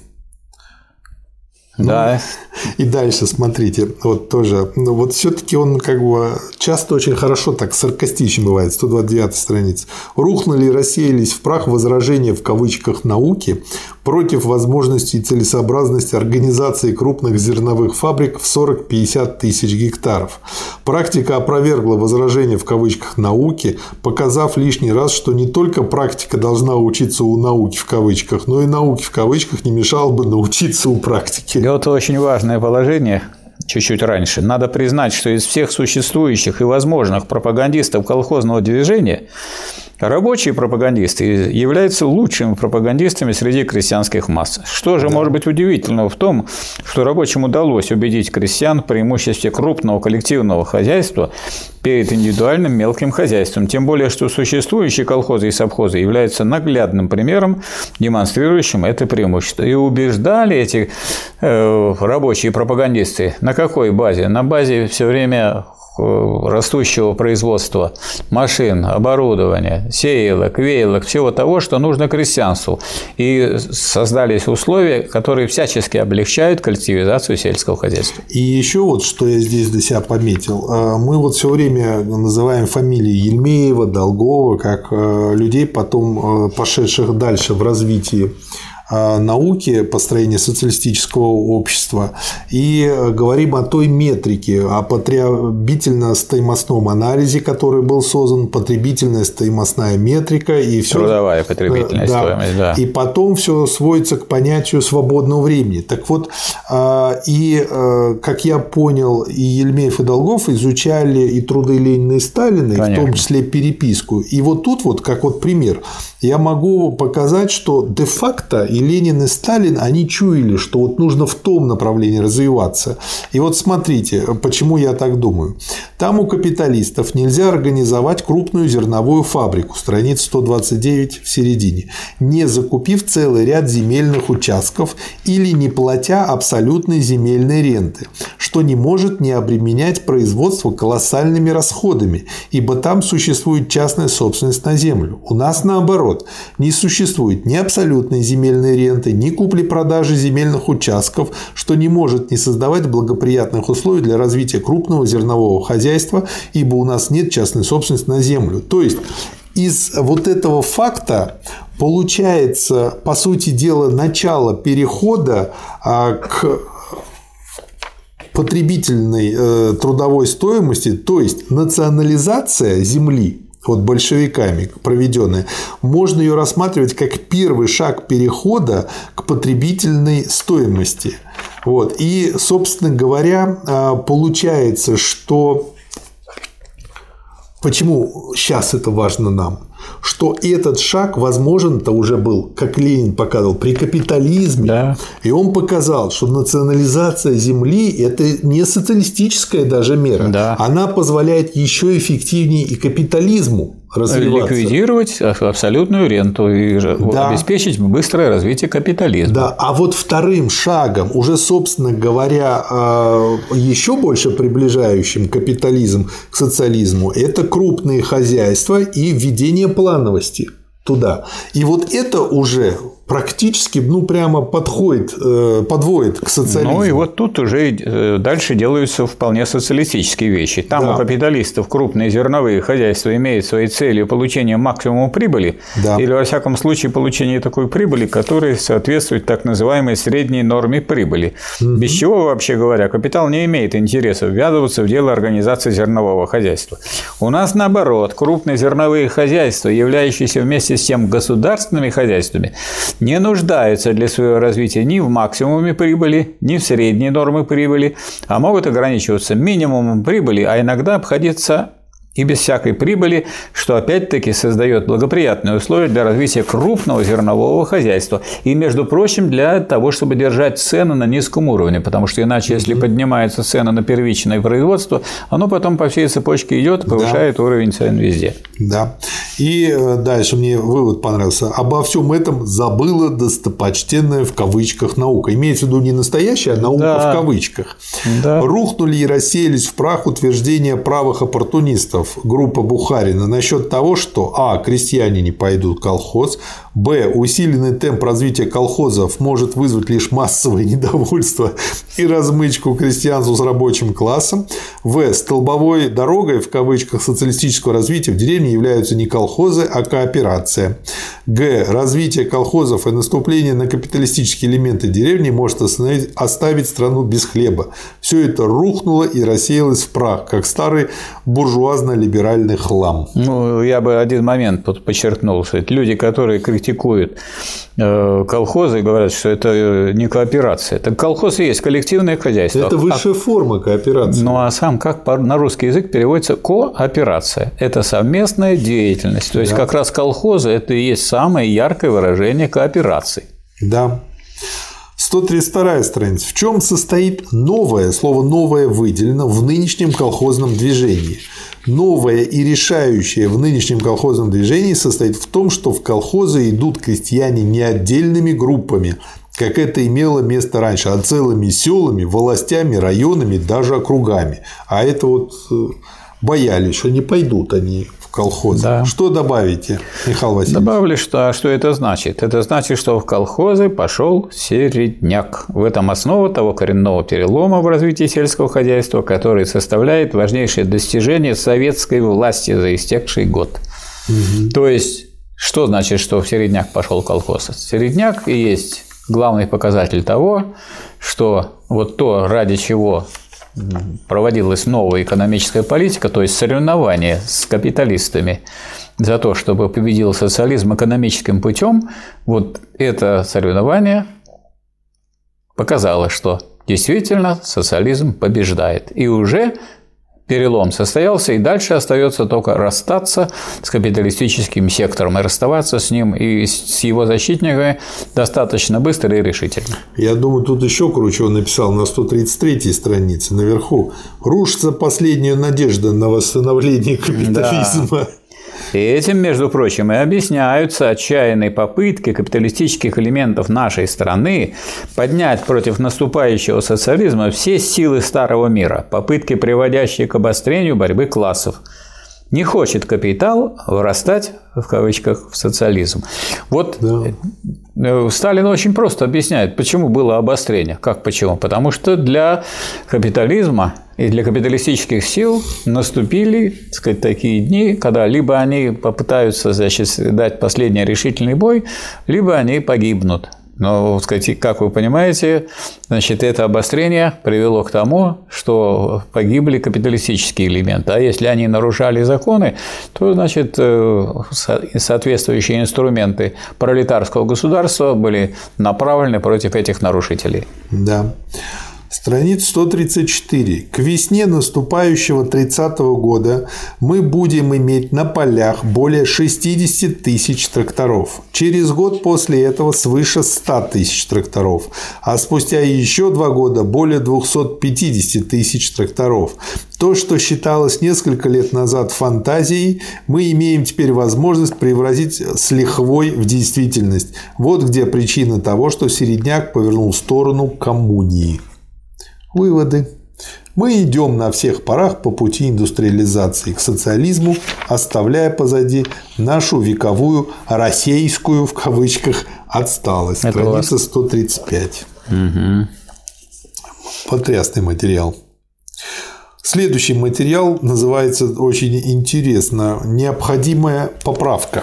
Да. Ну, и дальше, смотрите, вот тоже, ну, вот все-таки он как бы часто очень хорошо так саркастичен бывает, сто двадцать девятая страница. Рухнули и рассеялись в прах возражения в кавычках науки против возможности и целесообразности организации крупных зерновых фабрик в сорок-пятьдесят тысяч гектаров. Практика опровергла возражения в кавычках науки, показав лишний раз, что не только практика должна учиться у науки в кавычках, но и науки в кавычках не мешало бы научиться у практики. И вот очень важное положение чуть-чуть раньше, надо признать, что из всех существующих и возможных пропагандистов колхозного движения рабочие пропагандисты являются лучшими пропагандистами среди крестьянских масс. Что же да. может быть удивительного в том, что рабочим удалось убедить крестьян в преимуществе крупного коллективного хозяйства перед индивидуальным мелким хозяйством, тем более, что существующие колхозы и совхозы являются наглядным примером, демонстрирующим это преимущество. И убеждали эти э, рабочие пропагандисты на какой базе? На базе все время растущего производства машин, оборудования, сеялок, веялок, всего того, что нужно крестьянству. И создались условия, которые всячески облегчают коллективизацию сельского хозяйства. И еще вот, что я здесь для себя пометил. Мы вот все время называем фамилии Ельмеева, Долгова, как людей, потом пошедших дальше в развитии науки, построения социалистического общества, и говорим о той метрике, о потребительно-стоимостном анализе, который был создан, потребительная стоимостная метрика и все. Трудовая потребительная да. стоимость, да. И потом все сводится к понятию свободного времени. Так вот, и, как я понял, и Ельмеев, и Долгов изучали и труды Ленина и Сталина, и в том числе переписку. И вот тут вот, как вот пример, я могу показать, что де-факто и Ленин, и Сталин, они чуяли, что вот нужно в том направлении развиваться. И вот смотрите, почему я так думаю. Там у капиталистов нельзя организовать крупную зерновую фабрику, страница сто двадцать девять в середине, не закупив целый ряд земельных участков или не платя абсолютной земельной ренты, что не может не обременять производство колоссальными расходами, ибо там существует частная собственность на землю. У нас наоборот, не существует ни абсолютной земельной ренты, ни купли-продажи земельных участков, что не может не создавать благоприятных условий для развития крупного зернового хозяйства, ибо у нас нет частной собственности на землю. То есть из вот этого факта получается, по сути дела, начало перехода к потребительной трудовой стоимости, то есть национализация земли, вот большевиками проведенная, можно ее рассматривать как первый шаг перехода к потребительной стоимости. Вот. И, собственно говоря, получается, что почему сейчас это важно нам? Что этот шаг возможен-то уже был, как Ленин показывал, при капитализме. Да. И он показал, что национализация земли – это не социалистическая даже мера. Да. Она позволяет еще эффективнее и капитализму развиваться. Ликвидировать абсолютную ренту и да. обеспечить быстрое развитие капитализма. Да, а вот вторым шагом, уже, собственно говоря, еще больше приближающим капитализм к социализму, это крупные хозяйства и введение плановости туда. И вот это уже практически, ну, прямо подходит, подводит к социализму. Ну, и вот тут уже дальше делаются вполне социалистические вещи. Там да. у капиталистов крупные зерновые хозяйства имеют своей целью получение максимума прибыли, да. или, во всяком случае, получение такой прибыли, которая соответствует так называемой средней норме прибыли. Угу. Без чего, вообще говоря, капитал не имеет интереса ввязываться в дело организации зернового хозяйства. У нас, наоборот, крупные зерновые хозяйства, являющиеся вместе с тем государственными хозяйствами, не нуждаются для своего развития ни в максимуме прибыли, ни в средней нормы прибыли, а могут ограничиваться минимумом прибыли, а иногда обходиться и без всякой прибыли, что опять-таки создает благоприятные условия для развития крупного зернового хозяйства. И, между прочим, для того, чтобы держать цены на низком уровне, потому что иначе, если mm-hmm. поднимается цена на первичное производство, оно потом по всей цепочке идет, повышает да. уровень цен везде. Да. И дальше мне вывод понравился. Обо всем этом забыла достопочтенная в кавычках наука. Имеется в виду не настоящая, а наука да. в кавычках. Да. Рухнули и рассеялись в прах утверждения правых оппортунистов группа Бухарина насчет того, что а. крестьяне не пойдут в колхоз, б. усиленный темп развития колхозов может вызвать лишь массовое недовольство и размычку крестьянству с рабочим классом, в. столбовой дорогой в кавычках социалистического развития в деревне являются не колхозы, а кооперация, г. развитие колхозов и наступление на капиталистические элементы деревни может оставить страну без хлеба. Все это рухнуло и рассеялось в прах, как старый буржуазный аграрно-либеральный хлам. Ну, я бы один момент подчеркнул, что люди, которые критикуют колхозы, говорят, что это не кооперация. Так колхоз и есть коллективное хозяйство. Это высшая а... форма кооперации. Ну, а сам как на русский язык переводится кооперация. Это совместная деятельность. То есть, да. как раз колхозы – это и есть самое яркое выражение кооперации. Да. сто тридцать вторая страница. В чем состоит новое, слово «новое» выделено в нынешнем колхозном движении? Новое и решающее в нынешнем колхозном движении состоит в том, что в колхозы идут крестьяне не отдельными группами, как это имело место раньше, а целыми селами, властями, районами, даже округами. А это вот боялись, что не пойдут они в колхозы. Да. Что добавите, Михаил Васильевич? Добавлю, что, что это значит. Это значит, что в колхозы пошел середняк. В этом основа того коренного перелома в развитии сельского хозяйства, который составляет важнейшее достижение советской власти за истекший год. Угу. То есть, что значит, что в середняк пошел колхоз? Середняк и есть главный показатель того, что вот то, ради чего проводилась новая экономическая политика, то есть соревнование с капиталистами за то, чтобы победил социализм экономическим путем, вот это соревнование показало, что действительно социализм побеждает. И уже перелом состоялся, и дальше остается только расстаться с капиталистическим сектором и расставаться с ним и с его защитниками достаточно быстро и решительно. Я думаю, тут еще круче он написал на сто тридцать третьей странице наверху. Рушится последняя надежда на восстановление капитализма. Да. И этим, между прочим, и объясняются отчаянные попытки капиталистических элементов нашей страны поднять против наступающего социализма все силы старого мира, попытки, приводящие к обострению борьбы классов. Не хочет капитал вырастать, в кавычках, в социализм. Вот да. Сталин очень просто объясняет, почему было обострение. Как почему? Потому что для капитализма и для капиталистических сил наступили, так сказать, такие дни, когда либо они попытаются, значит, дать последний решительный бой, либо они погибнут. Но, так сказать, как вы понимаете, значит, это обострение привело к тому, что погибли капиталистические элементы. А если они нарушали законы, то, значит, соответствующие инструменты пролетарского государства были направлены против этих нарушителей. Да. Страница сто тридцать четыре. К весне наступающего тридцатого года мы будем иметь на полях более шестидесяти тысяч тракторов. Через год после этого свыше ста тысяч тракторов. А спустя еще два года более двухсот пятидесяти тысяч тракторов. То, что считалось несколько лет назад фантазией, мы имеем теперь возможность превратить с лихвой в действительность. Вот где причина того, что середняк повернул в сторону коммунии. Выводы. Мы идем на всех парах по пути индустриализации к социализму, оставляя позади нашу вековую «российскую» в кавычках отсталость. Это страница сто тридцать пять. Угу. Потрясный материал. Следующий материал называется очень интересно «Необходимая поправка».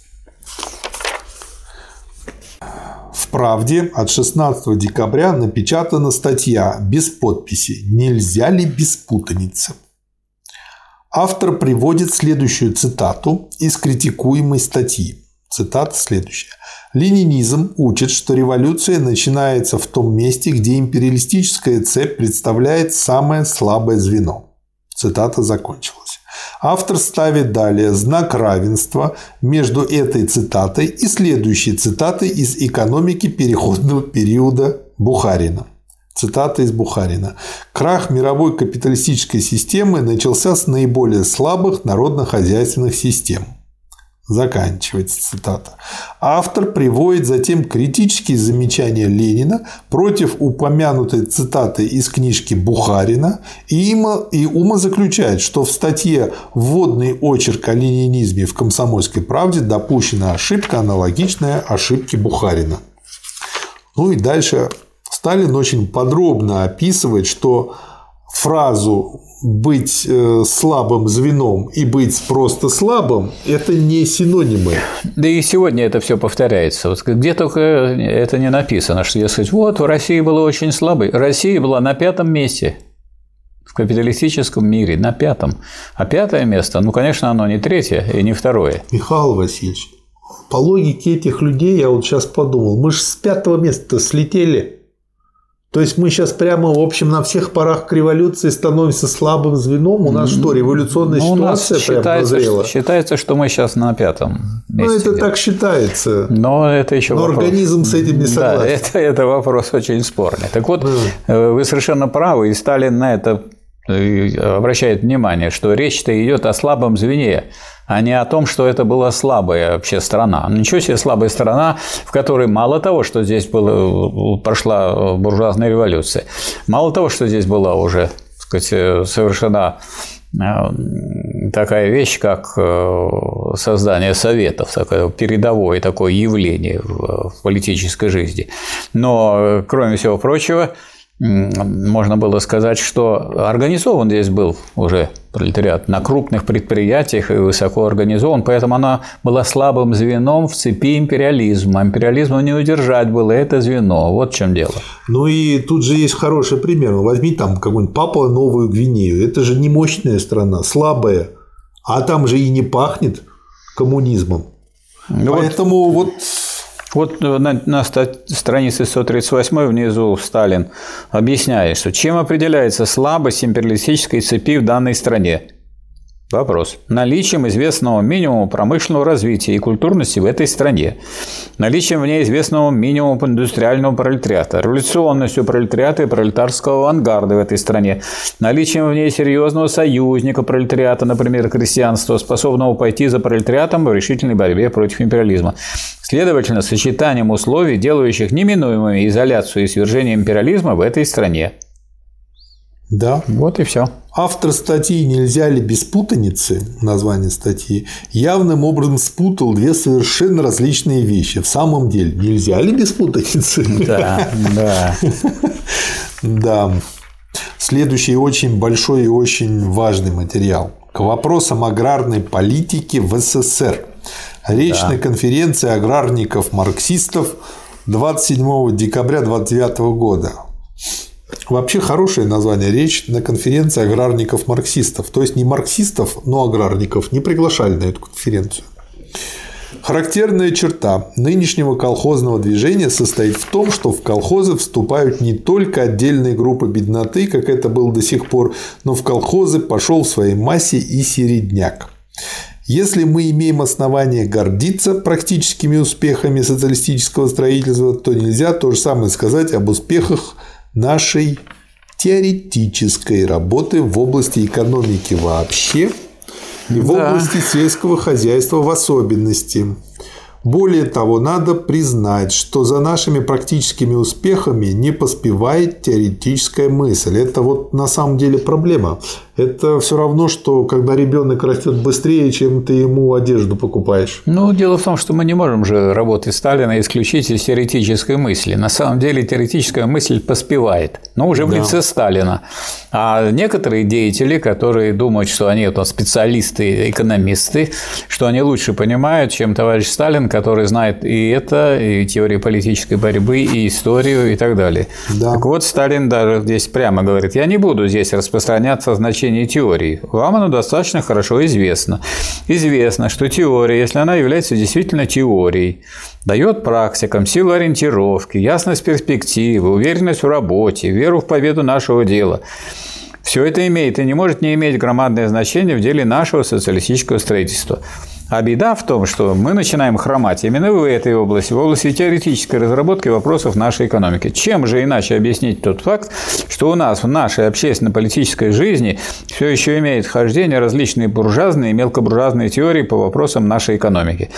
В «Правде» от шестнадцатого декабря напечатана статья без подписи «Нельзя ли без путаницы?». Автор приводит следующую цитату из критикуемой статьи. Цитата следующая. «Ленинизм учит, что революция начинается в том месте, где империалистическая цепь представляет самое слабое звено». Цитата закончилась. Автор ставит далее знак равенства между этой цитатой и следующей цитатой из «Экономики переходного периода» Бухарина. Цитата из Бухарина. «Крах мировой капиталистической системы начался с наиболее слабых народно-хозяйственных систем». Заканчивается цитата. Автор приводит затем критические замечания Ленина против упомянутой цитаты из книжки Бухарина и умозаключает, что в статье «Вводный очерк о ленинизме» в «Комсомольской правде» допущена ошибка, аналогичная ошибке Бухарина. Ну и дальше Сталин очень подробно описывает, что фразу «быть слабым звеном» и «быть просто слабым» – это не синонимы. Да и сегодня это все повторяется. Вот где только это не написано, что, дескать, вот в России было очень слабой. Россия была на пятом месте в капиталистическом мире на пятом. А пятое место, ну, конечно, оно не третье и не второе. Михаил Васильевич, по логике этих людей, я вот сейчас подумал, мы же с пятого места слетели. То есть мы сейчас прямо, в общем, на всех парах к революции становимся слабым звеном. У нас что, революционная ну, ситуация прям назрела? Считается, что мы сейчас на пятом месте. Ну, это так считается. Но это еще Но вопрос. Организм с этим не согласен. Да, это, это вопрос очень спорный. Так вот, mm. вы совершенно правы, и Сталин на это обращает внимание, что речь-то идет о слабом звене, а не о том, что это была слабая вообще страна. Ничего себе слабая страна, в которой мало того, что здесь было, прошла буржуазная революция, мало того, что здесь была уже, так сказать, совершена такая вещь, как создание советов, такое передовое такое явление в политической жизни. Но, кроме всего прочего, можно было сказать, что организован здесь был уже пролетариат на крупных предприятиях и высоко организован, поэтому она была слабым звеном в цепи империализма. Империализму не удержать было это звено. Вот в чем дело. Ну и тут же есть хороший пример. Возьми там какую-нибудь Папуа Новую Гвинею. Это же не мощная страна, слабая. А там же и не пахнет коммунизмом. Ну поэтому вот... вот... Вот на, на странице сто тридцать восьмой внизу Сталин объясняет, что чем определяется слабость империалистической цепи в данной стране. Вопрос. Наличием известного минимума промышленного развития и культурности в этой стране. Наличием в ней известного минимума индустриального пролетариата. Революционностью пролетариата и пролетарского авангарда в этой стране. Наличием в ней серьезного союзника пролетариата, например, крестьянства, способного пойти за пролетариатом в решительной борьбе против империализма. Следовательно, сочетанием условий, делающих неминуемыми изоляцию и свержение империализма в этой стране. Да. Вот и все. Автор статьи «Нельзя ли без путаницы» название статьи явным образом спутал две совершенно различные вещи. В самом деле, нельзя ли без путаницы? Да, да. Да. Следующий очень большой и очень важный материал. К вопросам аграрной политики в СССР. Речь да. на конференции аграрников-марксистов двадцать седьмого декабря две тысячи двадцать девятого года. Вообще хорошее название. Речь на конференции аграрников-марксистов. То есть не марксистов, но аграрников не приглашали на эту конференцию. Характерная черта нынешнего колхозного движения состоит в том, что в колхозы вступают не только отдельные группы бедноты, как это было до сих пор, но в колхозы пошел в своей массе и середняк. Если мы имеем основания гордиться практическими успехами социалистического строительства, то нельзя то же самое сказать об успехах нашей теоретической работы в области экономики вообще и в да. области сельского хозяйства в особенности. Более того, надо признать, что за нашими практическими успехами не поспевает теоретическая мысль. Это вот на самом деле проблема. Это все равно, что когда ребенок растет быстрее, чем ты ему одежду покупаешь. Ну, дело в том, что мы не можем же работать Сталина исключить из теоретической мысли. На самом деле теоретическая мысль поспевает, но уже в да. лице Сталина. А некоторые деятели, которые думают, что они вот, специалисты, экономисты, что они лучше понимают, чем товарищ Сталин, который знает и это, и теорию политической борьбы, и историю, и так далее. Да. Так вот, Сталин даже здесь прямо говорит: я не буду здесь распространяться о значении теории. Вам оно достаточно хорошо известно. Известно, что теория, если она является действительно теорией, дает практикам силу ориентировки, ясность перспективы, уверенность в работе, веру в победу нашего дела. Все это имеет и не может не иметь громадное значение в деле нашего социалистического строительства. А беда в том, что мы начинаем хромать именно в этой области, в области теоретической разработки вопросов нашей экономики. Чем же иначе объяснить тот факт, что у нас в нашей общественно-политической жизни все еще имеют хождение различные буржуазные и мелкобуржуазные теории по вопросам нашей экономики.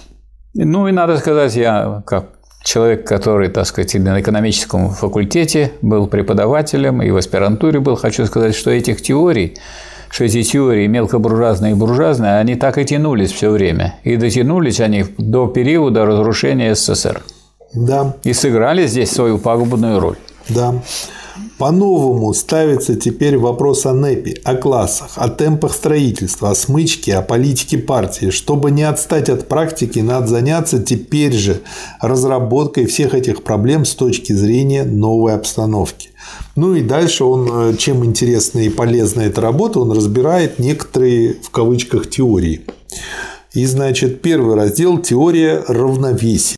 Ну и надо сказать, я как человек, который, так сказать, на экономическом факультете был преподавателем и в аспирантуре был, хочу сказать, что этих теорий, что эти теории мелкобуржуазные и буржуазные, они так и тянулись все время. И дотянулись они до периода разрушения СССР. Да. И сыграли здесь свою пагубную роль. Да. По-новому ставится теперь вопрос о НЭПе, о классах, о темпах строительства, о смычке, о политике партии. Чтобы не отстать от практики, надо заняться теперь же разработкой всех этих проблем с точки зрения новой обстановки. Ну и дальше он, чем интересна и полезна эта работа, он разбирает некоторые, в кавычках, теории. И, значит, первый раздел – теория равновесия.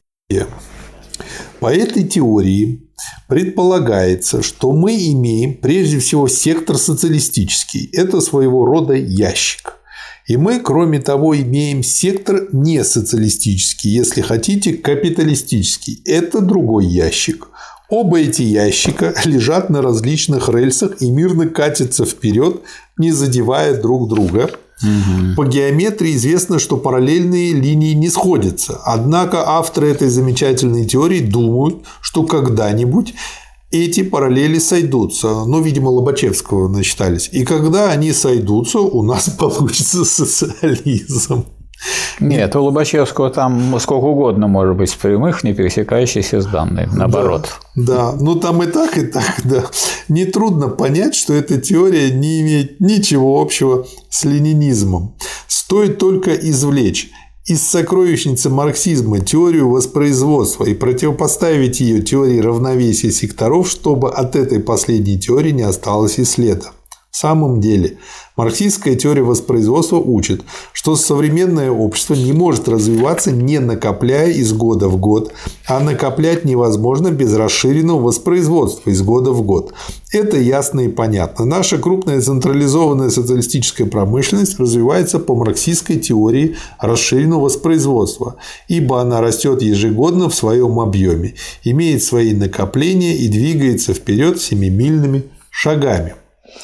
По этой теории предполагается, что мы имеем прежде всего сектор социалистический. Это своего рода ящик. И мы, кроме того, имеем сектор несоциалистический, если хотите, капиталистический. Это другой ящик. Оба эти ящика лежат на различных рельсах и мирно катятся вперед, не задевая друг друга. Угу. По геометрии известно, что параллельные линии не сходятся. Однако авторы этой замечательной теории думают, что когда-нибудь эти параллели сойдутся. Ну, видимо, Лобачевского насчитались. И когда они сойдутся, у нас получится социализм. Нет, у Лобачевского там сколько угодно может быть прямых, не пересекающихся с данной, наоборот. Да, да, ну там и так, и так, да. Нетрудно понять, что эта теория не имеет ничего общего с ленинизмом. Стоит только извлечь из сокровищницы марксизма теорию воспроизводства и противопоставить ее теории равновесия секторов, чтобы от этой последней теории не осталось и следа. В самом деле, марксистская теория воспроизводства учит, что современное общество не может развиваться, не накопляя из года в год, а накоплять невозможно без расширенного воспроизводства из года в год. Это ясно и понятно. Наша крупная централизованная социалистическая промышленность развивается по марксистской теории расширенного воспроизводства, ибо она растет ежегодно в своем объеме, имеет свои накопления и двигается вперед семимильными шагами.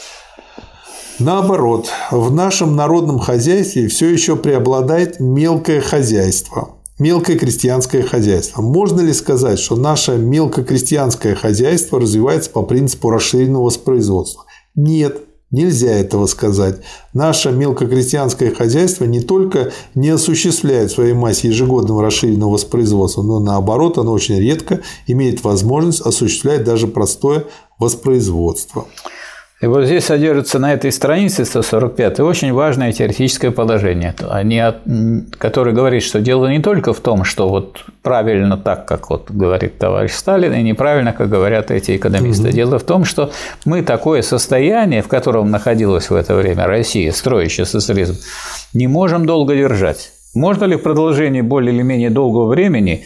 Наоборот, в нашем народном хозяйстве все еще преобладает мелкое хозяйство, мелкое крестьянское хозяйство. Можно ли сказать, что наше мелкокрестьянское хозяйство развивается по принципу расширенного воспроизводства? Нет, нельзя этого сказать. Наше мелкокрестьянское хозяйство не только не осуществляет в своей массе ежегодного расширенного воспроизводства, но наоборот, оно очень редко имеет возможность осуществлять даже простое воспроизводство. И вот здесь содержится на этой странице сто сорок пятой очень важное теоретическое положение, которое говорит, что дело не только в том, что вот правильно так, как вот говорит товарищ Сталин, и неправильно, как говорят эти экономисты. Угу. Дело в том, что мы такое состояние, в котором находилась в это время Россия, строящая социализм, не можем долго держать. Можно ли в продолжении более или менее долгого времени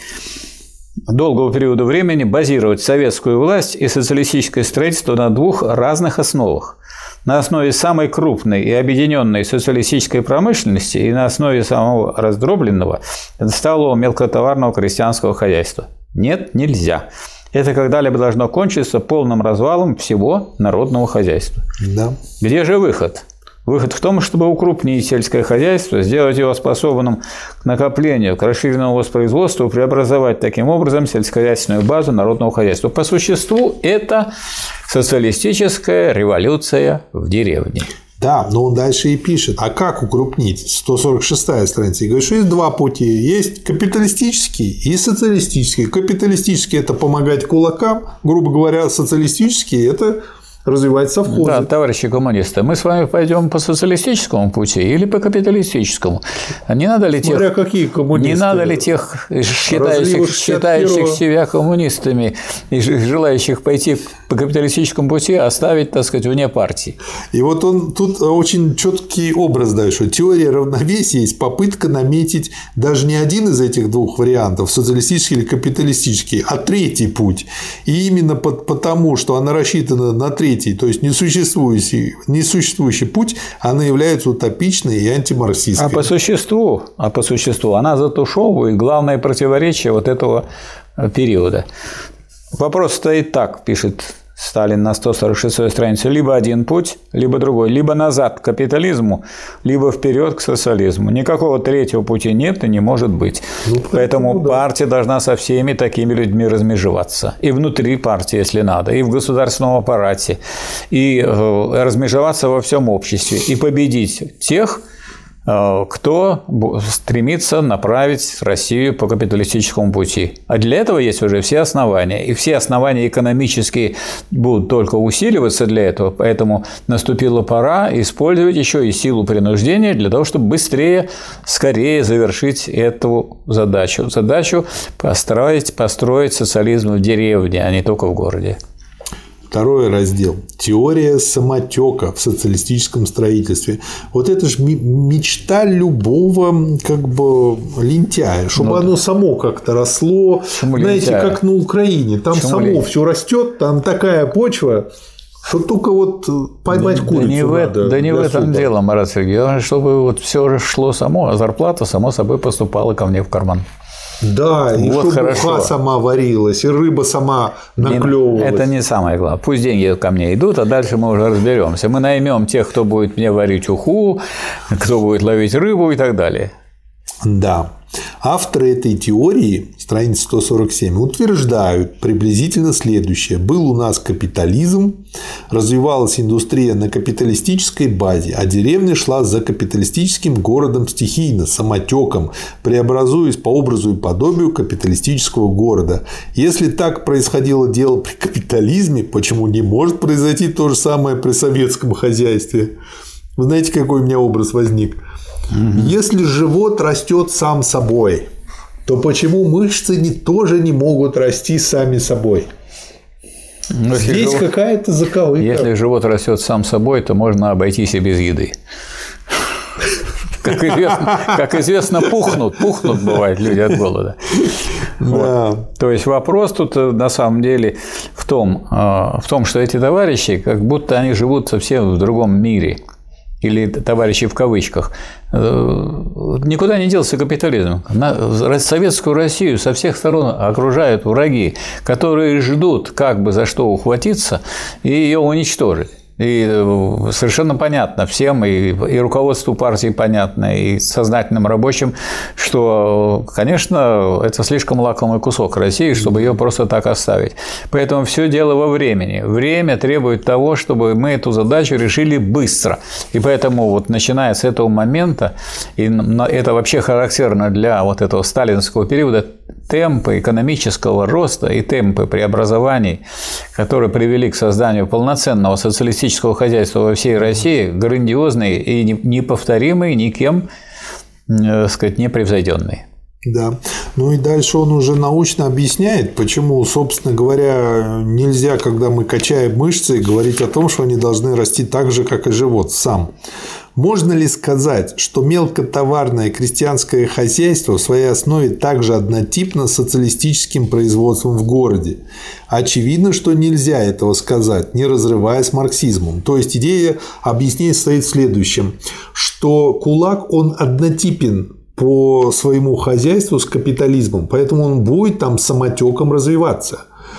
долгого периода времени базировать советскую власть и социалистическое строительство на двух разных основах. На основе самой крупной и объединенной социалистической промышленности и на основе самого раздробленного сталого мелкотоварного крестьянского хозяйства. Нет, нельзя. Это когда-либо должно кончиться полным развалом всего народного хозяйства. Да. Где же выход? Выход в том, чтобы укрупнить сельское хозяйство, сделать его способным к накоплению, к расширенному воспроизводству, преобразовать таким образом сельскохозяйственную базу народного хозяйства. По существу это социалистическая революция в деревне. Да, но он дальше и пишет. А как укрупнить? сто сорок шестая страница. И говорит, что есть два пути. Есть капиталистический и социалистический. Капиталистический – это помогать кулакам, грубо говоря, социалистический – это развивать совхозы. Да, товарищи коммунисты, мы с вами пойдем по социалистическому пути или по капиталистическому? Не надо ли тех, Смотря какие коммунисты. Не надо ли тех считающих, считающих себя коммунистами и желающих пойти по капиталистическому пути оставить, так сказать, вне партии? И вот он тут очень четкий образ дает, что теория равновесия есть попытка наметить даже не один из этих двух вариантов, социалистический или капиталистический, а третий путь. И именно потому, что она рассчитана на третий, то есть несуществующий, несуществующий путь, она является утопичной и антимарксистской. А по существу, а по существу она затушевывает главное противоречие вот этого периода. Вопрос стоит так, пишет Сталин на сто сорок шестой странице: либо один путь, либо другой, либо назад к капитализму, либо вперед к социализму. Никакого третьего пути нет и не может быть. Ну, поэтому да. Партия должна со всеми такими людьми размежеваться. И внутри партии, если надо, и в государственном аппарате, и размежеваться во всем обществе, и победить тех, кто стремится направить Россию по капиталистическому пути. А для этого есть уже все основания. И все основания экономические будут только усиливаться для этого. Поэтому наступила пора использовать еще и силу принуждения для того, чтобы быстрее, скорее завершить эту задачу. Задачу построить, построить социализм в деревне, а не только в городе. Второй раздел – теория самотека в социалистическом строительстве. Вот это же мечта любого как бы лентяя, чтобы ну, оно само как-то росло. Знаете, лентяя? Как на Украине. Там Почему само лентяя? Все растет, там такая почва, что только вот поймать да, курицу да не надо. В, да не в этом суда. дело, Марат Сергеевич, чтобы вот все шло само, а зарплата само собой поступала ко мне в карман. Да, и вот чтобы уха сама варилась, и рыба сама наклевывалась. Это не самое главное. Пусть деньги ко мне идут, а дальше мы уже разберемся. Мы наймем тех, кто будет мне варить уху, кто будет ловить рыбу и так далее. Да. Авторы этой теории, страница сто сорок семь, утверждают приблизительно следующее. Был у нас капитализм, развивалась индустрия на капиталистической базе, а деревня шла за капиталистическим городом стихийно, самотеком, преобразуясь по образу и подобию капиталистического города. Если так происходило дело при капитализме, почему не может произойти то же самое при советском хозяйстве? Вы знаете, какой у меня образ возник? Если живот растет сам собой, то почему мышцы не, тоже не могут расти сами собой? Но Здесь живот, какая-то заковыка. Если живот растет сам собой, то можно обойтись и без еды. Как известно, как известно, пухнут, пухнут бывает люди от голода. Да. Вот. То есть вопрос тут на самом деле в том, в том, что эти товарищи, как будто они живут совсем в другом мире. Или товарищи в кавычках, никуда не делся капитализм. Советскую Россию со всех сторон окружают враги, которые ждут, как бы за что ухватиться и ее уничтожить. И совершенно понятно всем, и, и руководству партии понятно, и сознательным рабочим, что, конечно, это слишком лакомый кусок России, чтобы ее просто так оставить. Поэтому все дело во времени. Время требует того, чтобы мы эту задачу решили быстро. И поэтому, вот, начиная с этого момента, и это вообще характерно для вот этого сталинского периода, темпы экономического роста и темпы преобразований, которые привели к созданию полноценного социалистического хозяйства во всей России, грандиозные и неповторимые, никем, так сказать, непревзойденные. Да. Ну и дальше он уже научно объясняет, почему, собственно говоря, нельзя, когда мы качаем мышцы, говорить о том, что они должны расти так же, как и живот сам. Можно ли сказать, что мелкотоварное крестьянское хозяйство в своей основе также однотипно с социалистическим производством в городе? Очевидно, что нельзя этого сказать, не разрывая с марксизмом. То есть идея объяснения состоит в следующем, что кулак, он однотипен по своему хозяйству с капитализмом, поэтому он будет там самотеком развиваться.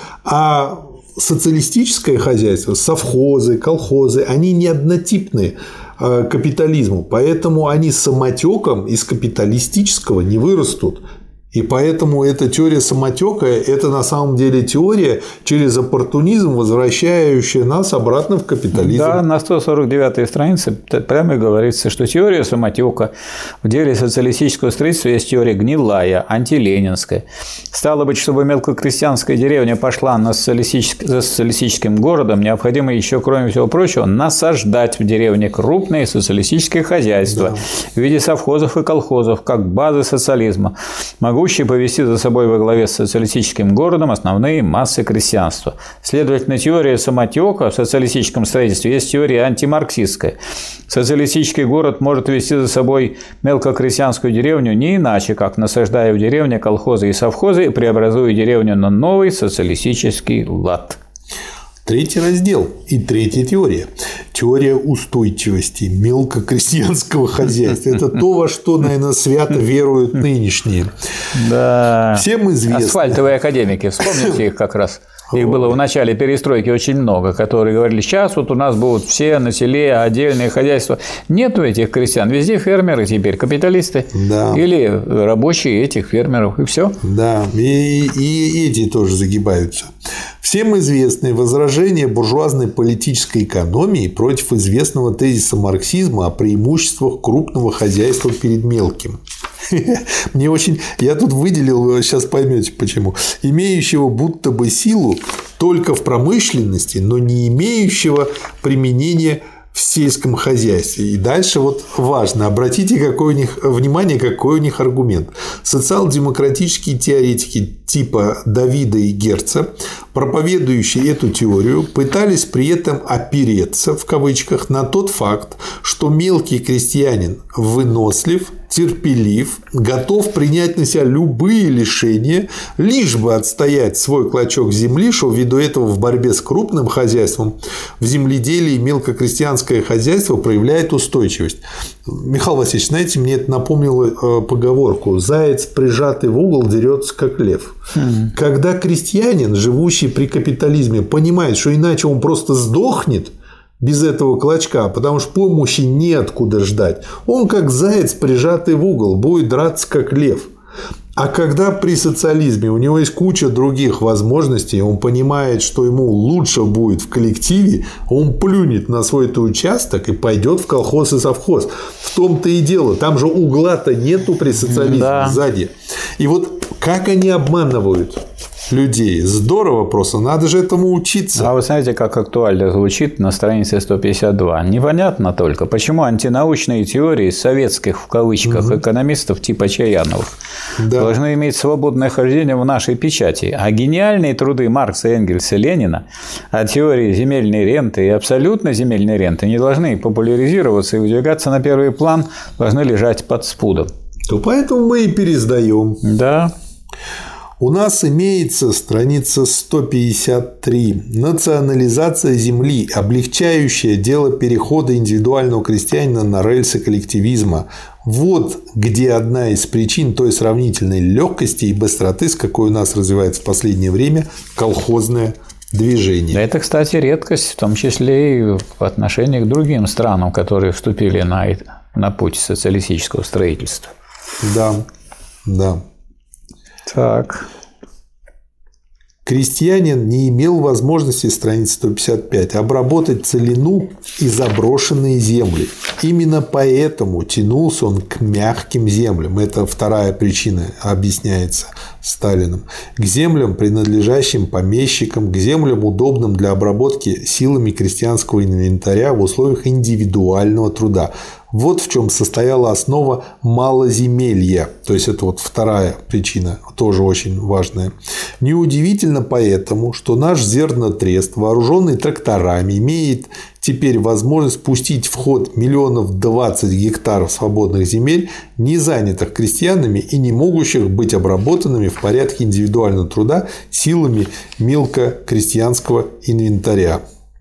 А социалистическое хозяйство, совхозы, колхозы, они не однотипны капитализму, поэтому они самотеком из капиталистического не вырастут. И поэтому эта теория самотека – это на самом деле теория через оппортунизм, возвращающая нас обратно в капитализм. Да, на сто сорок девятой странице прямо говорится, что теория самотека в деле социалистического строительства есть теория гнилая, антиленинская. Стало быть, чтобы мелкокрестьянская деревня пошла на социалистический, за социалистическим городом, необходимо еще, кроме всего прочего, насаждать в деревне крупные социалистические хозяйства да. в виде совхозов и колхозов, как базы социализма, могущие повести за собой во главе с социалистическим городом основные массы крестьянства. Следовательно, теория самотека в социалистическом строительстве есть теория антимарксистская. Социалистический город может вести за собой мелкокрестьянскую деревню не иначе, как насаждая в деревне колхозы и совхозы и преобразуя деревню на новый социалистический лад. Третий раздел и третья теория. Теория устойчивости мелкокрестьянского хозяйства. Это то, во что, наверное, свято веруют нынешние. Да. Всем известно. Асфальтовые академики. Вспомните их как раз. Их было в начале перестройки очень много, которые говорили, сейчас вот у нас будут все на селе отдельные хозяйства. Нету этих крестьян. Везде фермеры теперь, капиталисты. Да. Или рабочие этих фермеров. И все. Да. И, и эти тоже загибаются. Всем известны возражения буржуазной политической экономии против известного тезиса марксизма о преимуществах крупного хозяйства перед мелким. Мне очень... Я тут выделил, сейчас поймете почему. Имеющего будто бы силу только в промышленности, но не имеющего применения в сельском хозяйстве. И дальше вот важно, обратите какой у них, внимание, какой у них аргумент. Социал-демократические теоретики типа Давида и Герца, проповедующие эту теорию, пытались при этом опереться, в кавычках, на тот факт, что мелкий крестьянин вынослив, терпелив, готов принять на себя любые лишения, лишь бы отстоять свой клочок земли, что ввиду этого в борьбе с крупным хозяйством в земледелии мелкокрестьянское хозяйство проявляет устойчивость. Михаил Васильевич, знаете, мне это напомнило поговорку «Заяц, прижатый в угол, дерется как лев». Хм. Когда крестьянин, живущий при капитализме, понимает, что иначе он просто сдохнет без этого клочка, потому что помощи неоткуда ждать, он как заяц, прижатый в угол, будет драться как лев. А когда при социализме у него есть куча других возможностей, он понимает, что ему лучше будет в коллективе, он плюнет на свой-то участок и пойдет в колхоз и совхоз. В том-то и дело. Там же угла-то нету при социализме, да, сзади. И вот как они обманывают людей. Здорово просто, надо же этому учиться. А вы знаете, как актуально звучит на странице сто пятьдесят два? Непонятно только, почему антинаучные теории советских, в кавычках, угу. экономистов типа Чаяновых да. должны иметь свободное хождение в нашей печати, а гениальные труды Маркса, Энгельса, Ленина о теории земельной ренты и абсолютно земельной ренты не должны популяризироваться и выдвигаться на первый план, должны лежать под спудом. То поэтому мы и пересдаем. Да. У нас имеется страница сто пятьдесят три. Национализация земли, облегчающая дело перехода индивидуального крестьянина на рельсы коллективизма. Вот где одна из причин той сравнительной легкости и быстроты, с какой у нас развивается в последнее время колхозное движение. Это, кстати, редкость, в том числе и в отношении к другим странам, которые вступили на, на путь социалистического строительства. Да, да. Так. Крестьянин не имел возможности, страница сто пятьдесят пять, обработать целину и заброшенные земли. Именно поэтому тянулся он к мягким землям. Это вторая причина объясняется Сталиным. К землям, принадлежащим помещикам, к землям, удобным для обработки силами крестьянского инвентаря в условиях индивидуального труда. Вот в чем состояла основа малоземелья. То есть, это вот вторая причина, тоже очень важная. Неудивительно поэтому, что наш зернотрест, вооруженный тракторами, имеет теперь возможность пустить в ход миллионов двадцать гектаров свободных земель, не занятых крестьянами и не могущих быть обработанными в порядке индивидуального труда силами мелкокрестьянского инвентаря.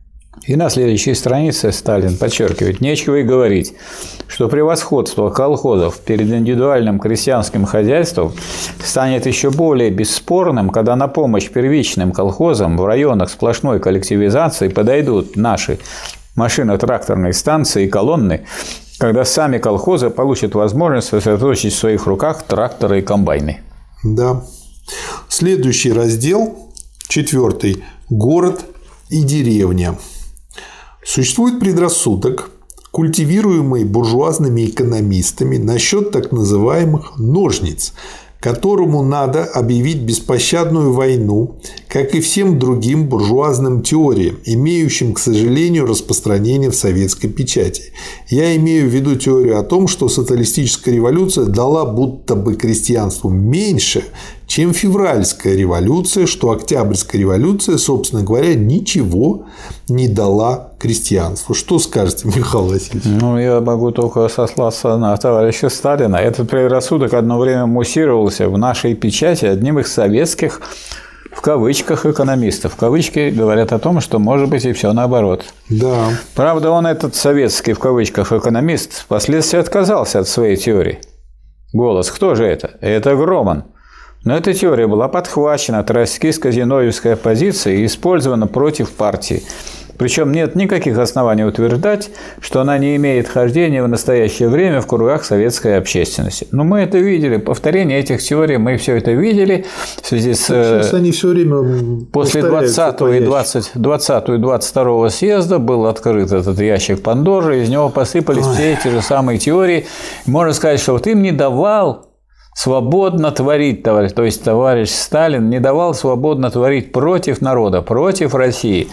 И на следующей странице Сталин подчеркивает: нечего и говорить, что превосходство колхозов перед индивидуальным крестьянским хозяйством станет еще более бесспорным, когда на помощь первичным колхозам в районах сплошной коллективизации подойдут наши машино-тракторные станции и колонны, когда сами колхозы получат возможность сосредоточить в своих руках тракторы и комбайны. Да. Следующий раздел, четвертый. Город и деревня. Существует предрассудок, культивируемый буржуазными экономистами, насчет так называемых ножниц, которому надо объявить беспощадную войну, как и всем другим буржуазным теориям, имеющим, к сожалению, распространение в советской печати. Я имею в виду теорию о том, что социалистическая революция дала будто бы крестьянству меньше, чем февральская революция, что октябрьская революция, собственно говоря, ничего не дала крестьянству. Что скажете, Михаил Васильевич? Ну, я могу только сослаться на товарища Сталина. Этот предрассудок одно время муссировался в нашей печати одним из советских, в кавычках, экономистов. Кавычки говорят о том, что может быть и все наоборот. Да. Правда, он, этот советский, в кавычках, экономист, впоследствии отказался от своей теории. Голос. Кто же это? Это Громан. Но эта теория была подхвачена троцкистско-зиновьевской оппозицией и использована против партии. Причем нет никаких оснований утверждать, что она не имеет хождения в настоящее время в кругах советской общественности. Но мы это видели. Повторение этих теорий мы все это видели в связи с... Сейчас они все время после двадцатого и двадцать второго съезда был открыт этот ящик Пандоры, из него посыпались Ой. все эти же самые теории. Можно сказать, что вот им не давал свободно творить, товарищ, то есть товарищ Сталин не давал свободно творить против народа, против России.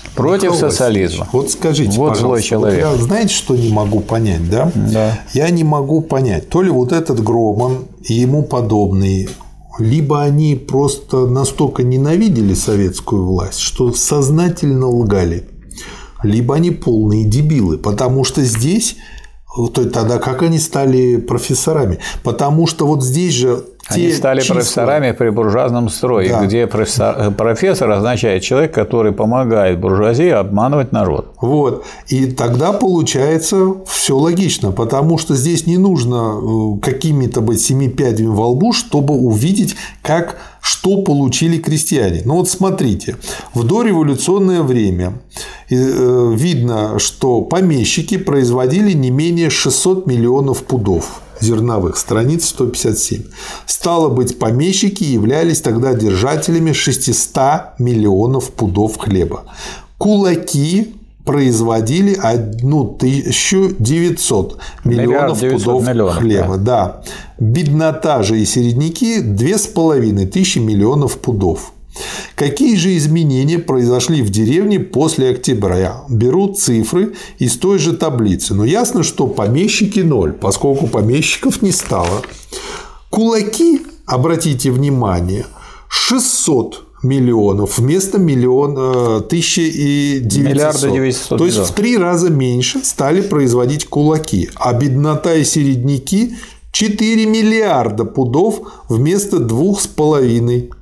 Против Николай социализма. Вот скажите, вот пожалуйста, злой человек. Вот я, знаете, что не могу понять, да? Да. Я не могу понять, то ли вот этот Громан и ему подобные, либо они просто настолько ненавидели советскую власть, что сознательно лгали, либо они полные дебилы, потому что здесь, то тогда как они стали профессорами? Потому что вот здесь же Они стали числа... профессорами при буржуазном строе, да. где профессор... профессор означает человек, который помогает буржуазии обманывать народ. Вот. И тогда получается все логично, потому что здесь не нужно какими-то быть семи пядями во лбу, чтобы увидеть, как, что получили крестьяне. Ну вот смотрите, в дореволюционное время видно, что помещики производили не менее шестьсот миллионов пудов зерновых, страниц сто пятьдесят семь. Стало быть, помещики являлись тогда держателями шестисот миллионов пудов хлеба. Кулаки производили тысячу девятьсот миллионов пудов миллионов, хлеба. Да. Да. Беднота же и середняки – две с половиной тысячи миллионов пудов. Какие же изменения произошли в деревне после октября? Берут цифры из той же таблицы. Но ясно, что помещики ноль, поскольку помещиков не стало. Кулаки, обратите внимание, шестьсот миллионов вместо миллиона тысяча девятьсот. То есть в три раза меньше стали производить кулаки. А беднота и середняки четыре миллиарда пудов вместо двух с половиной.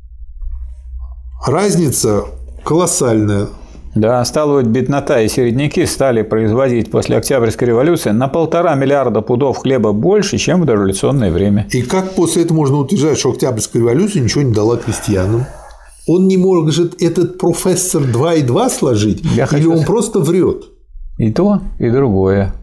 Разница колоссальная. Да, стало быть, беднота и середняки стали производить после Октябрьской революции на полтора миллиарда пудов хлеба больше, чем в дореволюционное время. И как после этого можно утверждать, что Октябрьская революция ничего не дала крестьянам? Он не может этот профессор два и два сложить? Я или он просто врет? И то, и другое.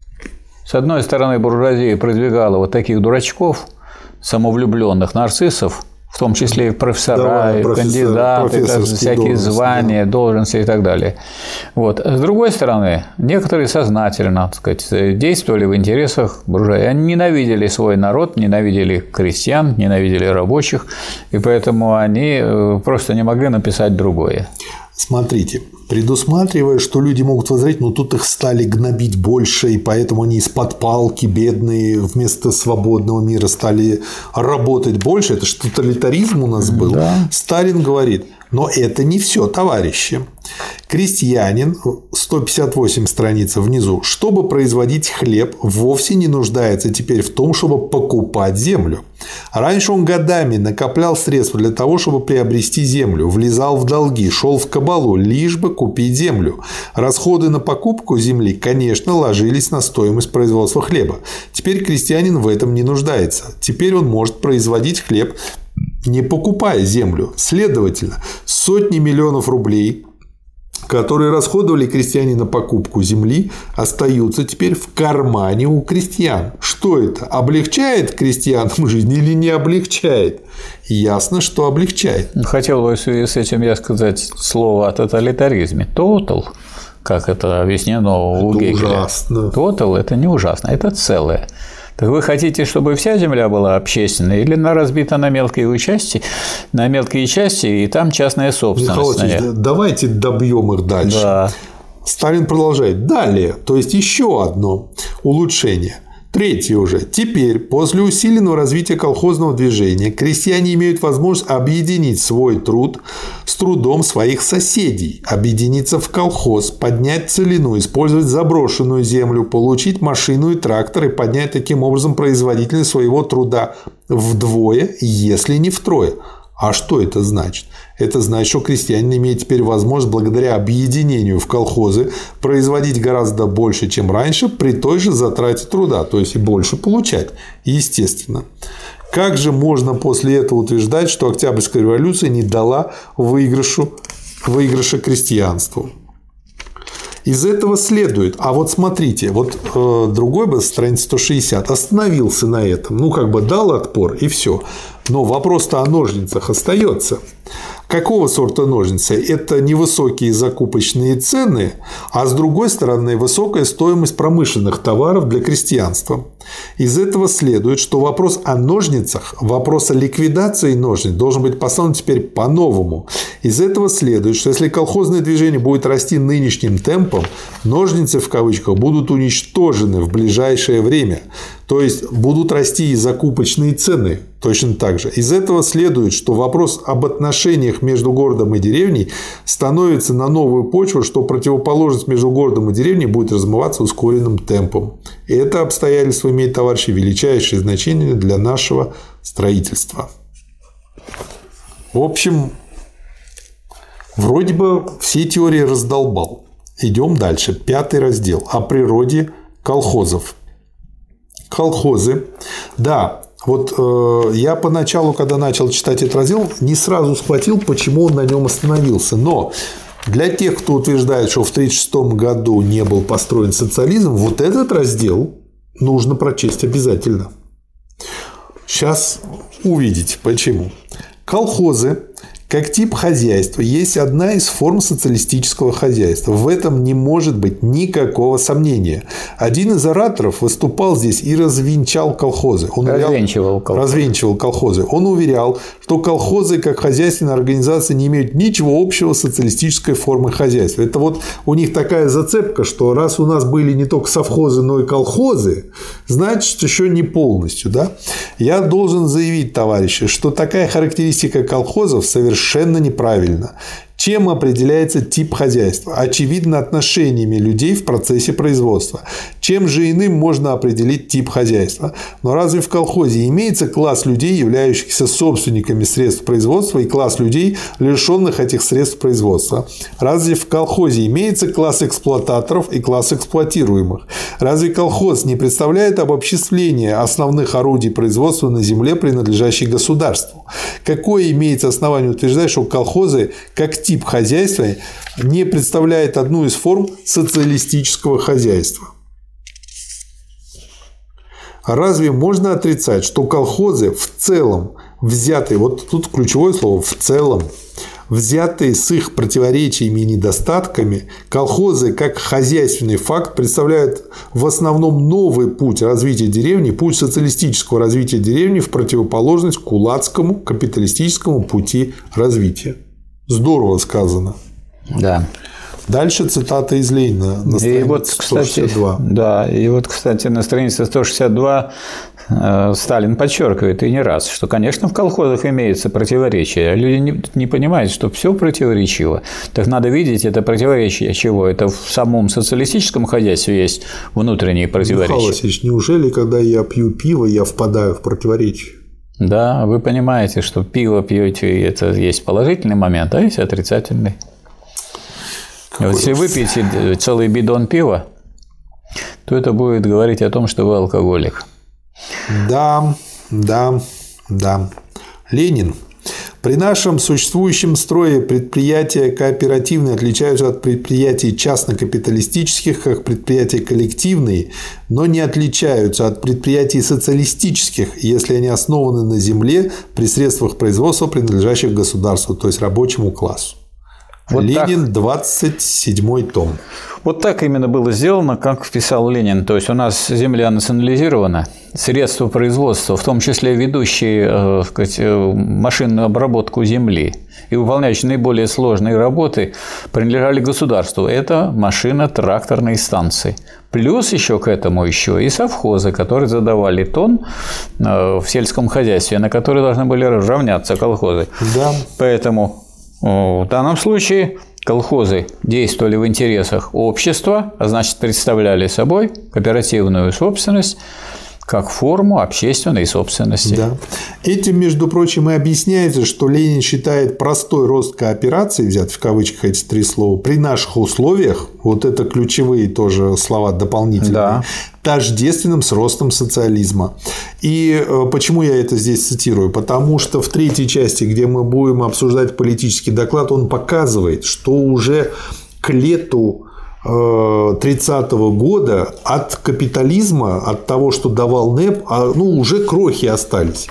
С одной стороны, буржуазия продвигала вот таких дурачков, самовлюбленных нарциссов, в том числе и профессора, да, и кандидаты, всякие звания, да. должности и так далее. Вот. С другой стороны, некоторые сознательно, так сказать, действовали в интересах буржуазии. Они ненавидели свой народ, ненавидели крестьян, ненавидели рабочих, и поэтому они просто не могли написать другое. Смотрите, предусматривая, что люди могут возразить, но тут их стали гнобить больше, и поэтому они из-под палки бедные вместо свободного мира стали работать больше. Это же тоталитаризм у нас был. Да. Сталин говорит, но это не все, товарищи. Крестьянин, сто пятьдесят восемь страница внизу, чтобы производить хлеб, вовсе не нуждается теперь в том, чтобы покупать землю. Раньше он годами накоплял средства для того, чтобы приобрести землю, влезал в долги, шел в кабалу, лишь бы купить землю. Расходы на покупку земли, конечно, ложились на стоимость производства хлеба. Теперь крестьянин в этом не нуждается. Теперь он может производить хлеб, не покупая землю. Следовательно, сотни миллионов рублей, которые расходовали крестьяне на покупку земли, остаются теперь в кармане у крестьян. Что это? Облегчает крестьянам жизнь или не облегчает? Ясно, что облегчает. Хотел бы в связи с этим я сказать слово о тоталитаризме. Total, как это объяснено у Гегеля. Ужасно. Total – это не ужасно, это целое. Так вы хотите, чтобы вся земля была общественной, или она разбита на мелкие части, на мелкие части, и там частная собственность? Михаил, давайте добьем их дальше. Да. Сталин продолжает. Далее, то есть еще одно улучшение. Третье уже. Теперь, после усиленного развития колхозного движения, крестьяне имеют возможность объединить свой труд с трудом своих соседей, объединиться в колхоз, поднять целину, использовать заброшенную землю, получить машину и трактор и поднять таким образом производительность своего труда вдвое, если не втрое. А что это значит? Это значит, что крестьянин имеет теперь возможность благодаря объединению в колхозы производить гораздо больше, чем раньше, при той же затрате труда, то есть и больше получать, естественно. Как же можно после этого утверждать, что Октябрьская революция не дала выигрышу, выигрыша крестьянству? Из этого следует, а вот смотрите, вот э, другой бы, страница сто шестьдесят, остановился на этом, ну как бы дал отпор и все. Но вопрос-то о ножницах остается. Какого сорта ножницы? Это невысокие закупочные цены, а с другой стороны высокая стоимость промышленных товаров для крестьянства. Из этого следует, что вопрос о ножницах, вопрос о ликвидации ножниц должен быть поставлен теперь по-новому. Из этого следует, что если колхозное движение будет расти нынешним темпом, ножницы в кавычках будут уничтожены в ближайшее время. То есть будут расти и закупочные цены точно так же. Из этого следует, что вопрос об отношениях между городом и деревней становится на новую почву, что противоположность между городом и деревней будет размываться ускоренным темпом. И это обстоятельство имеет, товарищи, величайшее значение для нашего строительства. В общем, вроде бы все теории раздолбал. Идем дальше. Пятый раздел о природе колхозов. Колхозы. Да, вот э, я поначалу, когда начал читать этот раздел, не сразу схватил, почему он на нем остановился. Но для тех, кто утверждает, что в тысяча девятьсот тридцать шестом году не был построен социализм, вот этот раздел нужно прочесть обязательно. Сейчас увидите, почему. Колхозы как тип хозяйства есть одна из форм социалистического хозяйства. В этом не может быть никакого сомнения. Один из ораторов выступал здесь и развенчал колхозы. Он развенчивал, уверял, колхозы. развенчивал колхозы. Он уверял, что колхозы как хозяйственная организация не имеют ничего общего с социалистической формой хозяйства. Это вот у них такая зацепка, что раз у нас были не только совхозы, но и колхозы, значит, еще не полностью. Да? Я должен заявить, товарищи, что такая характеристика колхозов совершенно Совершенно неправильно. Чем определяется тип хозяйства? Очевидно, отношениями людей в процессе производства. Чем же иным можно определить тип хозяйства? Но разве в колхозе имеется класс людей, являющихся собственниками средств производства, и класс людей, лишенных этих средств производства? Разве в колхозе имеется класс эксплуататоров и класс эксплуатируемых? Разве колхоз не представляет обобществление основных орудий производства на земле, принадлежащей государству? Какое имеется основание утверждать, что колхозы, как тип хозяйства, не представляет одну из форм социалистического хозяйства? Разве можно отрицать, что колхозы в целом взятые, вот тут ключевое слово «в целом», взятые с их противоречиями и недостатками, колхозы как хозяйственный факт представляют в основном новый путь развития деревни, путь социалистического развития деревни в противоположность кулацкому капиталистическому пути развития? Здорово сказано. Да. Дальше цитата из Ленина на странице и вот, кстати, сто шестьдесят два. Да, и вот, кстати, на странице сто шестьдесят два Сталин подчеркивает, и не раз, что, конечно, в колхозах имеются противоречия. Люди не, не понимают, что все противоречиво. Так надо видеть, это противоречие чего? Это в самом социалистическом хозяйстве есть внутренние противоречия. Михаил Васильевич, неужели, когда я пью пиво, я впадаю в противоречие? Да, вы понимаете, что пиво пьете, это есть положительный момент, а есть отрицательный. Вот если выпьете целый бидон пива, то это будет говорить о том, что вы алкоголик. Да, да, да. Ленин. При нашем существующем строе предприятия кооперативные отличаются от предприятий частно-капиталистических как предприятия коллективные, но не отличаются от предприятий социалистических, если они основаны на земле при средствах производства, принадлежащих государству, то есть рабочему классу. Вот Ленин, так. двадцать седьмой том. Вот так именно было сделано, как писал Ленин. То есть у нас земля национализирована, средства производства, в том числе ведущие э, сказать, машинную обработку земли и выполняющие наиболее сложные работы, принадлежали государству. Это машино-тракторные станции. Плюс еще к этому еще и совхозы, которые задавали тон в сельском хозяйстве, на которые должны были равняться колхозы. Да. Поэтому в данном случае колхозы действовали в интересах общества, а значит, представляли собой кооперативную собственность как форму общественной собственности. Да. Этим, между прочим, и объясняется, что Ленин считает простой рост кооперации, взят в кавычках эти три слова, при наших условиях, вот это ключевые тоже слова дополнительные, да, тождественным с ростом социализма. И почему я это здесь цитирую? Потому что в третьей части, где мы будем обсуждать политический доклад, он показывает, что уже к лету тридцатого года от капитализма, от того, что давал НЭП, ну, уже крохи остались.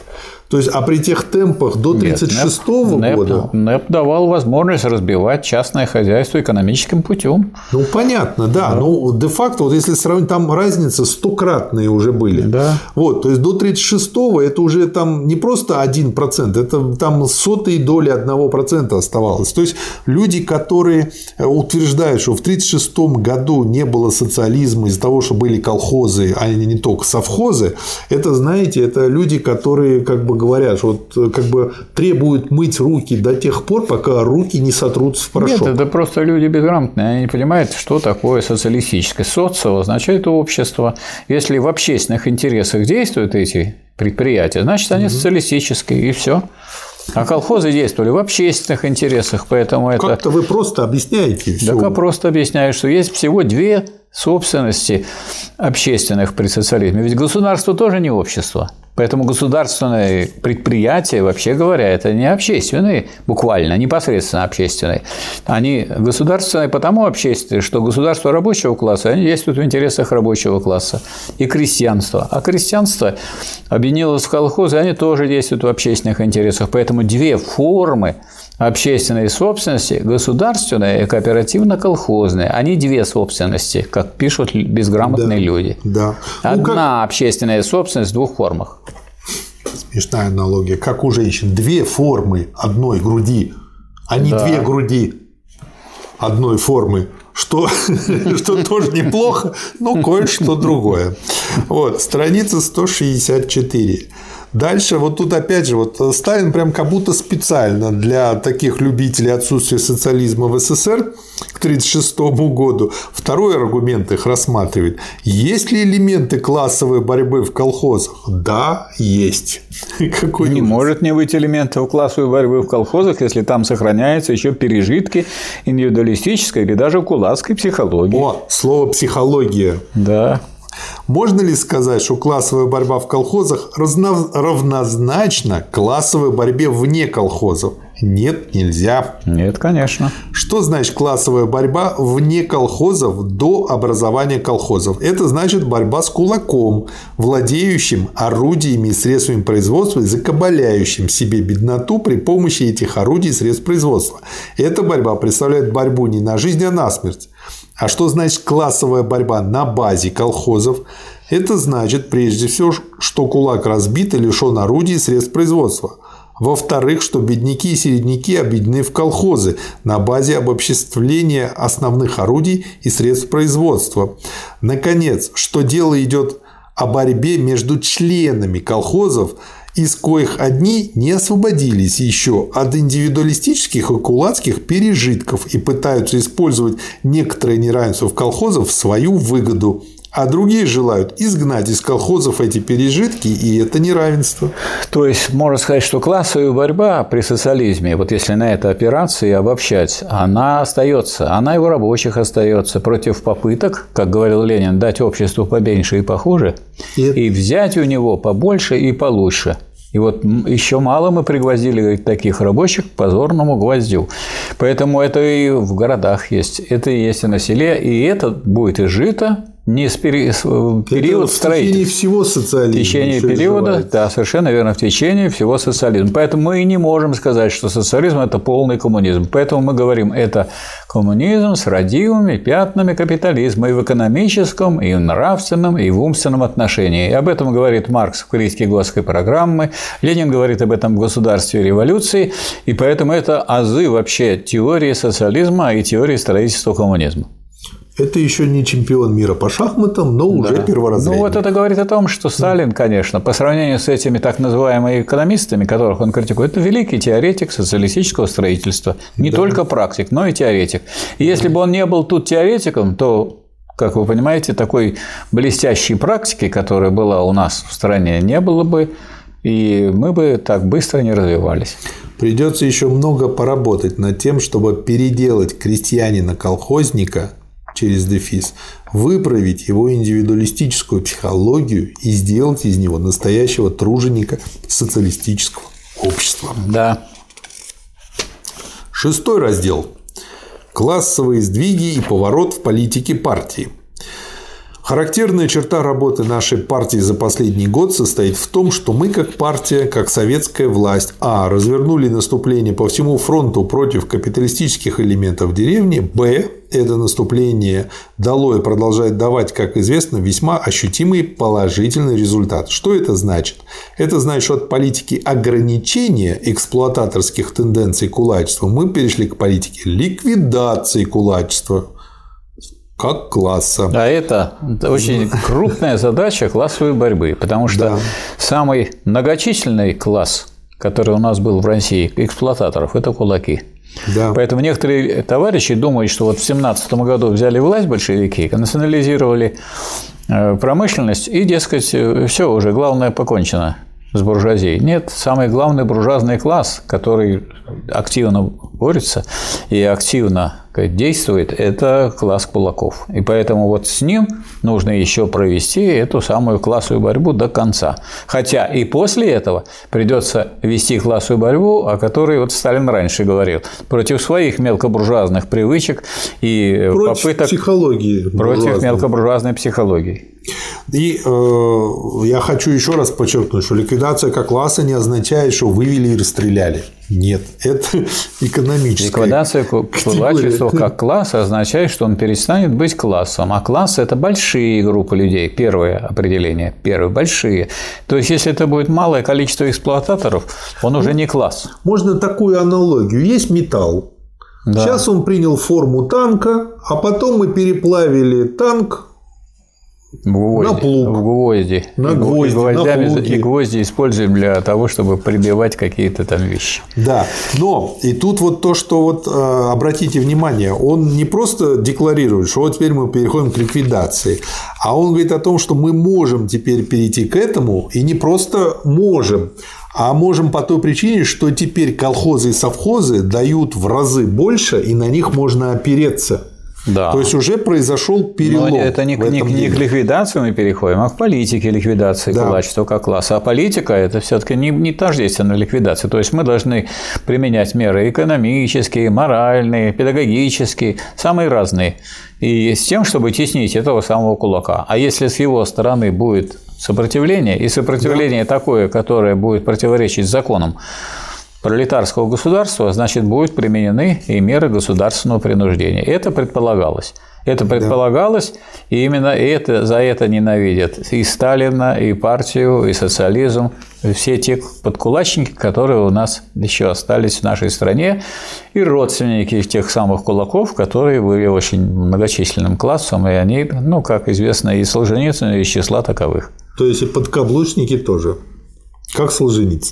То есть, а при тех темпах до тридцать шестого года… НЭП давал возможность разбивать частное хозяйство экономическим путем. Ну, понятно, да. да. Но де-факто, вот если сравнить, там разница стократные уже были. Да. Вот, то есть, до тридцать шестого это уже там не просто один процент, это там сотые доли одного процента оставалось. То есть, люди, которые утверждают, что в тридцать шестом году не было социализма из-за того, что были колхозы, а не только совхозы, это, знаете, это люди, которые как бы говорят, вот как бы требуют мыть руки до тех пор, пока руки не сотрутся в порошок. Нет, это просто люди безграмотные, они не понимают, что такое социалистическое. Социо означает общество. Если в общественных интересах действуют эти предприятия, значит, они угу. социалистические, и все. А колхозы действовали в общественных интересах, поэтому это… Как-то вы просто объясняете все. Так я просто объясняю, что есть всего две собственности общественных при социализме. Ведь государство тоже не общество. Поэтому государственные предприятия, вообще говоря, это не общественные, буквально, непосредственно общественные. Они государственные потому общественные, что государство рабочего класса, они действуют в интересах рабочего класса и крестьянства. А крестьянство объединилось в колхозы, они тоже действуют в общественных интересах. Поэтому две формы общественной собственности – государственная и кооперативно-колхозная. Они две собственности, как пишут безграмотные да, люди. Да. Одна ну, как… общественная собственность в двух формах. Смешная аналогия. Как у женщин. Две формы одной груди, а не да. две груди одной формы. Что, что тоже неплохо, но кое-что другое. Вот, страница сто шестьдесят четыре. Дальше, вот тут опять же, вот Сталин прям как будто специально для таких любителей отсутствия социализма в СССР к тридцать шестому году второй аргумент их рассматривает. Есть ли элементы классовой борьбы в колхозах? Да, есть. Какой не ужас. Может не быть элементов классовой борьбы в колхозах, если там сохраняются еще пережитки индивидуалистической или даже кулацкой психологии. О, слово «психология». Да. Можно ли сказать, что классовая борьба в колхозах равнозначна классовой борьбе вне колхозов? Нет, нельзя. Нет, конечно. Что значит классовая борьба вне колхозов до образования колхозов? Это значит борьба с кулаком, владеющим орудиями и средствами производства и закабаляющим себе бедноту при помощи этих орудий и средств производства. Эта борьба представляет борьбу не на жизнь, а на смерть. А что значит классовая борьба на базе колхозов? Это значит, прежде всего, что кулак разбит и лишен орудий и средств производства. Во-вторых, что бедняки и середняки объединены в колхозы на базе обобществления основных орудий и средств производства. Наконец, что дело идет о борьбе между членами колхозов, из коих одни не освободились еще от индивидуалистических и кулацких пережитков и пытаются использовать некоторое неравенство в колхозах в свою выгоду, а другие желают изгнать из колхозов эти пережитки и это неравенство. То есть, можно сказать, что классовая борьба при социализме, вот если на это опираться и обобщать, она остается, она и у рабочих остается против попыток, как говорил Ленин, дать обществу поменьше и похуже, и, и взять у него побольше и получше. И вот еще мало мы пригвоздили, говорит, таких рабочих к позорному гвоздю. Поэтому это и в городах есть, это и есть и на селе, и это будет изжито не с пери... период строительства. В течение всего социализма. В течение периода, да, совершенно верно, в течение всего социализма. Поэтому мы и не можем сказать, что социализм – это полный коммунизм. Поэтому мы говорим, это коммунизм с родимыми пятнами капитализма и в экономическом, и в нравственном, и в умственном отношении. И об этом говорит Маркс в критике Готской программы, Ленин говорит об этом в «Государстве и революции», и поэтому это азы вообще теории социализма и теории строительства коммунизма. Это еще не чемпион мира по шахматам, но уже да. перворазрядный. Ну, вот это говорит о том, что Сталин, конечно, по сравнению с этими так называемыми экономистами, которых он критикует, это великий теоретик социалистического строительства. Не да. только практик, но и теоретик. И если бы он не был тут теоретиком, то, как вы понимаете, такой блестящей практики, которая была у нас в стране, не было бы, и мы бы так быстро не развивались. Придется еще много поработать над тем, чтобы переделать крестьянина-колхозника через дефис, выправить его индивидуалистическую психологию и сделать из него настоящего труженика социалистического общества. Да. Шестой раздел. Классовые сдвиги и поворот в политике партии. Характерная черта работы нашей партии за последний год состоит в том, что мы, как партия, как советская власть, а. развернули наступление по всему фронту против капиталистических элементов деревни, б. это наступление дало и продолжает давать, как известно, весьма ощутимый положительный результат. Что это значит? Это значит, что от политики ограничения эксплуататорских тенденций кулачества мы перешли к политике ликвидации кулачества как класса. А это очень крупная задача классовой борьбы, потому что да. самый многочисленный класс, который у нас был в России, эксплуататоров, это кулаки. Да. Поэтому некоторые товарищи думают, что вот в семнадцатом году взяли власть большевики, национализировали промышленность и, дескать, все уже, главное покончено с буржуазией. Нет, самый главный буржуазный класс, который активно борется и активно действует, это класс кулаков. И поэтому вот с ним нужно еще провести эту самую классовую борьбу до конца. Хотя и после этого придется вести классовую борьбу, о которой вот Сталин раньше говорил, против своих мелкобуржуазных привычек и против попыток психологии против мелкобуржуазной психологии. И э, я хочу еще раз подчеркнуть, что ликвидация как класса не означает, что вывели и расстреляли. Нет, это экономическая ликвидация кулачества как класса означает, что он перестанет быть классом. А класс – это большие группы людей. Первое определение. Первое – большие. То есть, если это будет малое количество эксплуататоров, он уже не класс. Можно такую аналогию. Есть металл. Да. Сейчас он принял форму танка, а потом мы переплавили танк Гвозди, на плуг. В гвозди. На и, гвозди, и, гвоздями, на и гвозди используем для того, чтобы прибивать какие-то там вещи. Да, но и тут вот то, что вот обратите внимание, он не просто декларирует, что вот теперь мы переходим к ликвидации, а он говорит о том, что мы можем теперь перейти к этому, и не просто можем, а можем по той причине, что теперь колхозы и совхозы дают в разы больше, и на них можно опереться. Да. То есть уже произошел перелом. Но это не, не, не к ликвидации мы переходим, а к политике ликвидации да. кулачества как класса. А политика – это все-таки не, не тождественно ликвидации. То есть мы должны применять меры экономические, моральные, педагогические, самые разные. И с тем, чтобы теснить этого самого кулака. А если с его стороны будет сопротивление, и сопротивление да. такое, которое будет противоречить законам пролетарского государства, значит, будут применены и меры государственного принуждения. Это предполагалось. Это предполагалось, да. и именно это, за это ненавидят и Сталина, и партию, и социализм, все те подкулачники, которые у нас еще остались в нашей стране, и родственники тех самых кулаков, которые были очень многочисленным классом, и они, ну, как известно, и Солженицын из числа таковых. То есть и подкаблучники тоже, как Солженицын.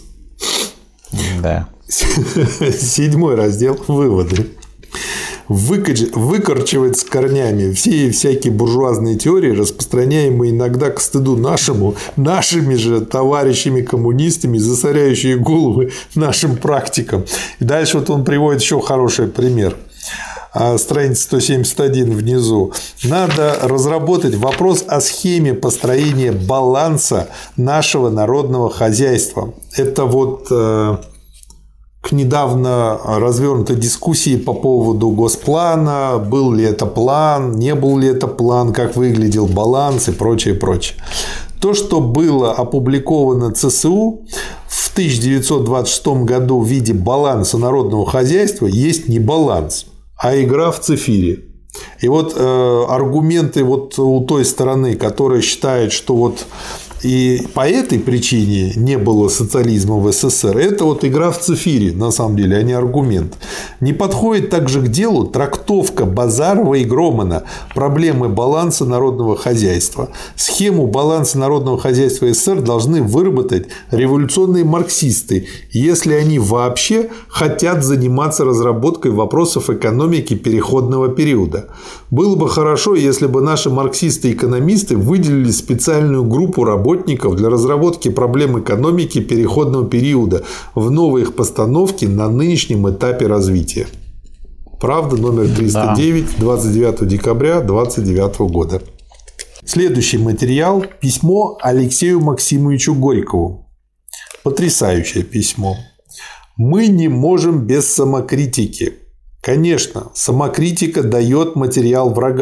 Да. Седьмой раздел. Выводы. Выкорчевать с корнями все всякие буржуазные теории, распространяемые иногда к стыду нашему, нашими же товарищами-коммунистами, засоряющие головы нашим практикам. И дальше вот он приводит еще хороший пример. Страница сто семьдесят один внизу. Надо разработать вопрос о схеме построения баланса нашего народного хозяйства. Это вот к недавно развернутой дискуссии по поводу госплана, был ли это план, не был ли это план, как выглядел баланс и прочее, прочее. То, что было опубликовано ЦСУ в тысяча девятьсот двадцать шестом году в виде баланса народного хозяйства, есть не баланс, а игра в цифире. И вот э, аргументы вот у той стороны, которая считает, что вот и по этой причине не было социализма в СССР, это вот игра в цифире, на самом деле, а не аргумент. Не подходит также к делу трактовка Базарова и Громана проблемы баланса народного хозяйства. Схему баланса народного хозяйства СССР должны выработать революционные марксисты, если они вообще хотят заниматься разработкой вопросов экономики переходного периода. Было бы хорошо, если бы наши марксисты-экономисты выделили специальную группу работников для разработки проблем экономики переходного периода в новой их постановке на нынешнем этапе развития. Правда, номер триста девять, двадцать девятого декабря две тысячи двадцать девятого года. Следующий материал – письмо Алексею Максимовичу Горькову. Потрясающее письмо. Мы не можем без самокритики. Конечно, самокритика дает материал врагам.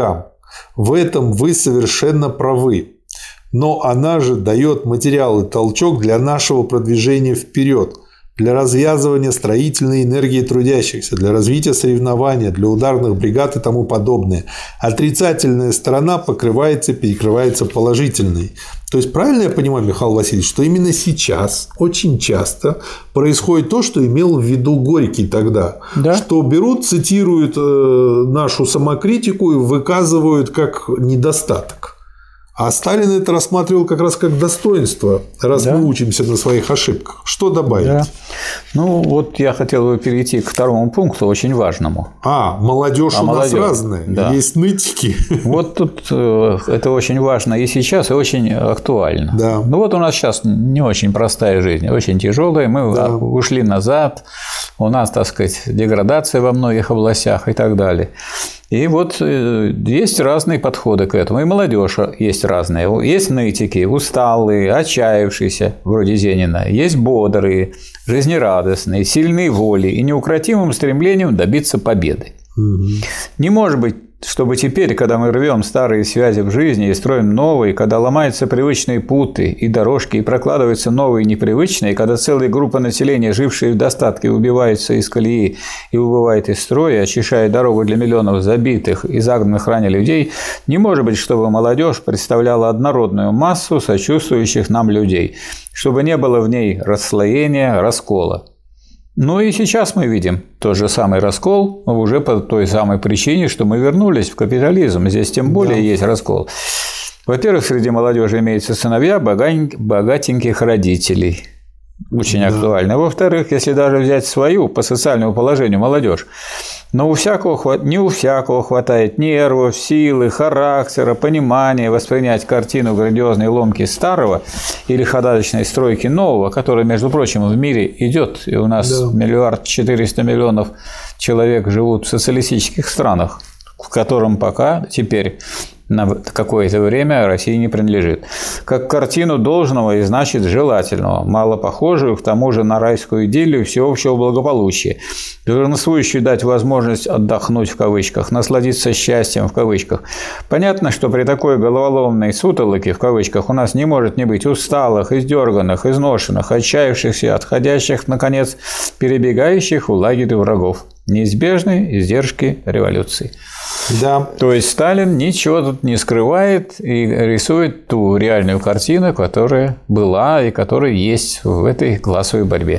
В этом вы совершенно правы. Но она же дает материал и толчок для нашего продвижения вперед, для развязывания строительной энергии трудящихся, для развития соревнования, для ударных бригад и тому подобное. Отрицательная сторона покрывается, перекрывается положительной. То есть, правильно я понимаю, Михаил Васильевич, что именно сейчас очень часто происходит то, что имел в виду Горький тогда, да? Что берут, цитируют нашу самокритику и выказывают как недостаток. А Сталин это рассматривал как раз как достоинство, раз да. мы учимся на своих ошибках. Что добавить? Да. Ну, вот я хотел бы перейти к второму пункту, очень важному. А, молодежь а у молодежь. нас разная, да. есть нытики. Вот тут это очень важно и сейчас, и очень актуально. Да. Ну, вот у нас сейчас не очень простая жизнь, очень тяжелая. Мы да. ушли назад, у нас, так сказать, деградация во многих областях и так далее. И вот есть разные подходы к этому. И молодежь есть разная. Есть нытики, усталые, отчаявшиеся, вроде Зенина. Есть бодрые, жизнерадостные, сильные волей и неукротимым стремлением добиться победы. Угу. Не может быть, чтобы теперь, когда мы рвем старые связи в жизни и строим новые, когда ломаются привычные путы и дорожки, и прокладываются новые непривычные, когда целые группы населения, жившие в достатке, убиваются из колеи и убывают из строя, очищая дорогу для миллионов забитых и загнанных ранее людей, не может быть, чтобы молодежь представляла однородную массу сочувствующих нам людей, чтобы не было в ней расслоения, раскола. Ну и сейчас мы видим тот же самый раскол, уже по той самой причине, что мы вернулись в капитализм. Здесь тем более да. есть раскол. Во-первых, среди молодежи имеются сыновья богатеньких родителей. Очень да. актуально. Во-вторых, если даже взять свою по социальному положению молодежь, но у всякого, не у всякого хватает нервов, силы, характера, понимания воспринять картину грандиозной ломки старого или ходаточной стройки нового, которая, между прочим, в мире идет. И у нас да. миллиард четыреста миллионов человек живут в социалистических странах, в котором пока теперь на какое-то время России не принадлежит. Как картину должного и, значит, желательного, мало похожую, к тому же, на райскую идиллию всеобщего благополучия, долженствующую дать возможность отдохнуть в кавычках, насладиться счастьем в кавычках. Понятно, что при такой головоломной сутолоке в кавычках у нас не может не быть усталых, издерганных, изношенных, отчаявшихся, отходящих, наконец, перебегающих в лагерь врагов. Неизбежны издержки революции. Да. То есть Сталин ничего тут не скрывает и рисует ту реальную картину, которая была и которая есть в этой классовой борьбе.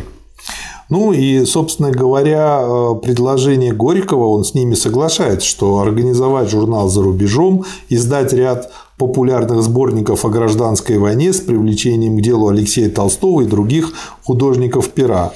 Ну и, собственно говоря, предложение Горького, он с ними соглашается, что организовать журнал за рубежом, издать ряд популярных сборников о гражданской войне с привлечением к делу Алексея Толстого и других художников пера.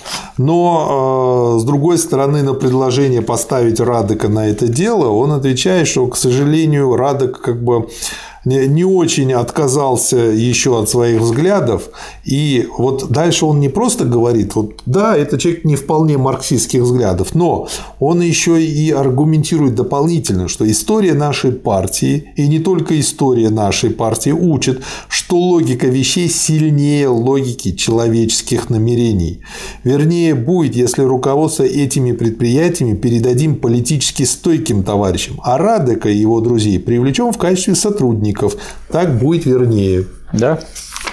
Но, с другой стороны, на предложение поставить Радека на это дело, он отвечает, что, к сожалению, Радек как бы не очень отказался еще от своих взглядов. И вот дальше он не просто говорит, вот да, это человек не вполне марксистских взглядов, но он еще и аргументирует дополнительно, что история нашей партии, и не только история нашей партии, учит, что логика вещей сильнее логики человеческих намерений. Вернее, будет, если руководство этими предприятиями передадим политически стойким товарищам, а Радека и его друзей привлечем в качестве сотрудников. Так будет вернее. Да.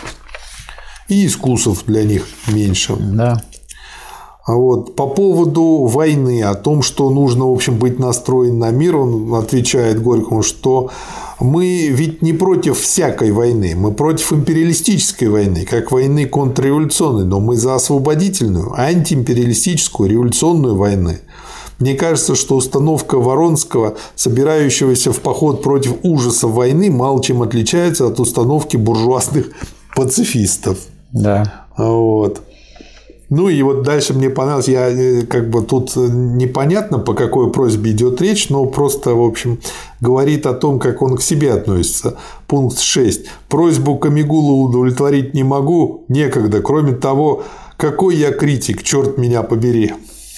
И искусов для них меньше. Да. А вот по поводу войны, о том, что нужно, в общем, быть настроен на мир, он отвечает Горькому, что мы ведь не против всякой войны, мы против империалистической войны, как войны контрреволюционной, но мы за освободительную, антиимпериалистическую революционную войну. Мне кажется, что установка Воронского, собирающегося в поход против ужасов войны, мало чем отличается от установки буржуазных пацифистов. Да. Вот. Ну и вот дальше мне понравилось, я как бы тут непонятно, по какой просьбе идет речь, но просто, в общем, говорит о том, как он к себе относится. Пункт шесть. Просьбу Камигулу удовлетворить не могу, некогда. Кроме того, какой я критик, черт меня побери.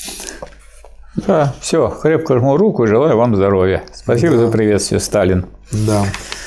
Да, все, крепко жму руку и желаю вам здоровья. Спасибо да. за приветствие, Сталин. Да.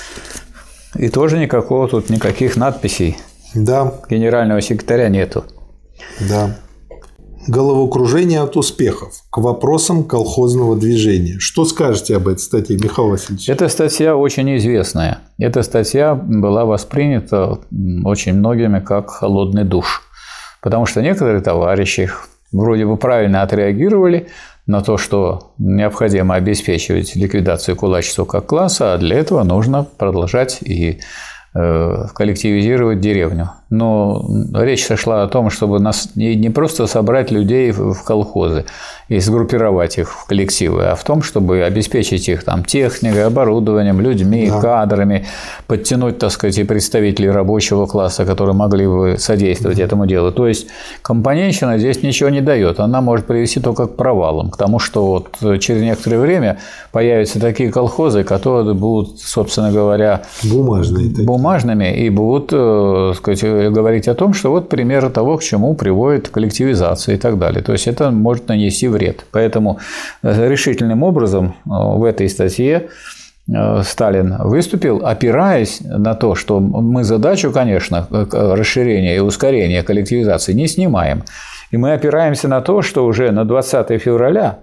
И тоже никакого тут никаких надписей. Да. Генерального секретаря нету. Да. Головокружение от успехов к вопросам колхозного движения. Что скажете об этой статье, Михаил Васильевич? Эта статья очень известная. Эта статья была воспринята очень многими как холодный душ. Потому что некоторые товарищи вроде бы правильно отреагировали на то, что необходимо обеспечивать ликвидацию кулачества как класса, а для этого нужно продолжать и коллективизировать деревню. Но речь шла о том, чтобы нас не просто собрать людей в колхозы и сгруппировать их в коллективы, а в том, чтобы обеспечить их там техникой, оборудованием, людьми, да. кадрами, подтянуть, так сказать, и представителей рабочего класса, которые могли бы содействовать да. этому делу. То есть компанейщина здесь ничего не дает. Она может привести только к провалам, к тому, что вот через некоторое время появятся такие колхозы, которые будут, собственно говоря, бумажные, бумажными и будут, так сказать, говорить о том, что вот пример того, к чему приводит коллективизация и так далее. То есть это может нанести вред. Поэтому решительным образом в этой статье Сталин выступил, опираясь на то, что мы задачу, конечно, расширения и ускорения коллективизации не снимаем. И мы опираемся на то, что уже на двадцатое февраля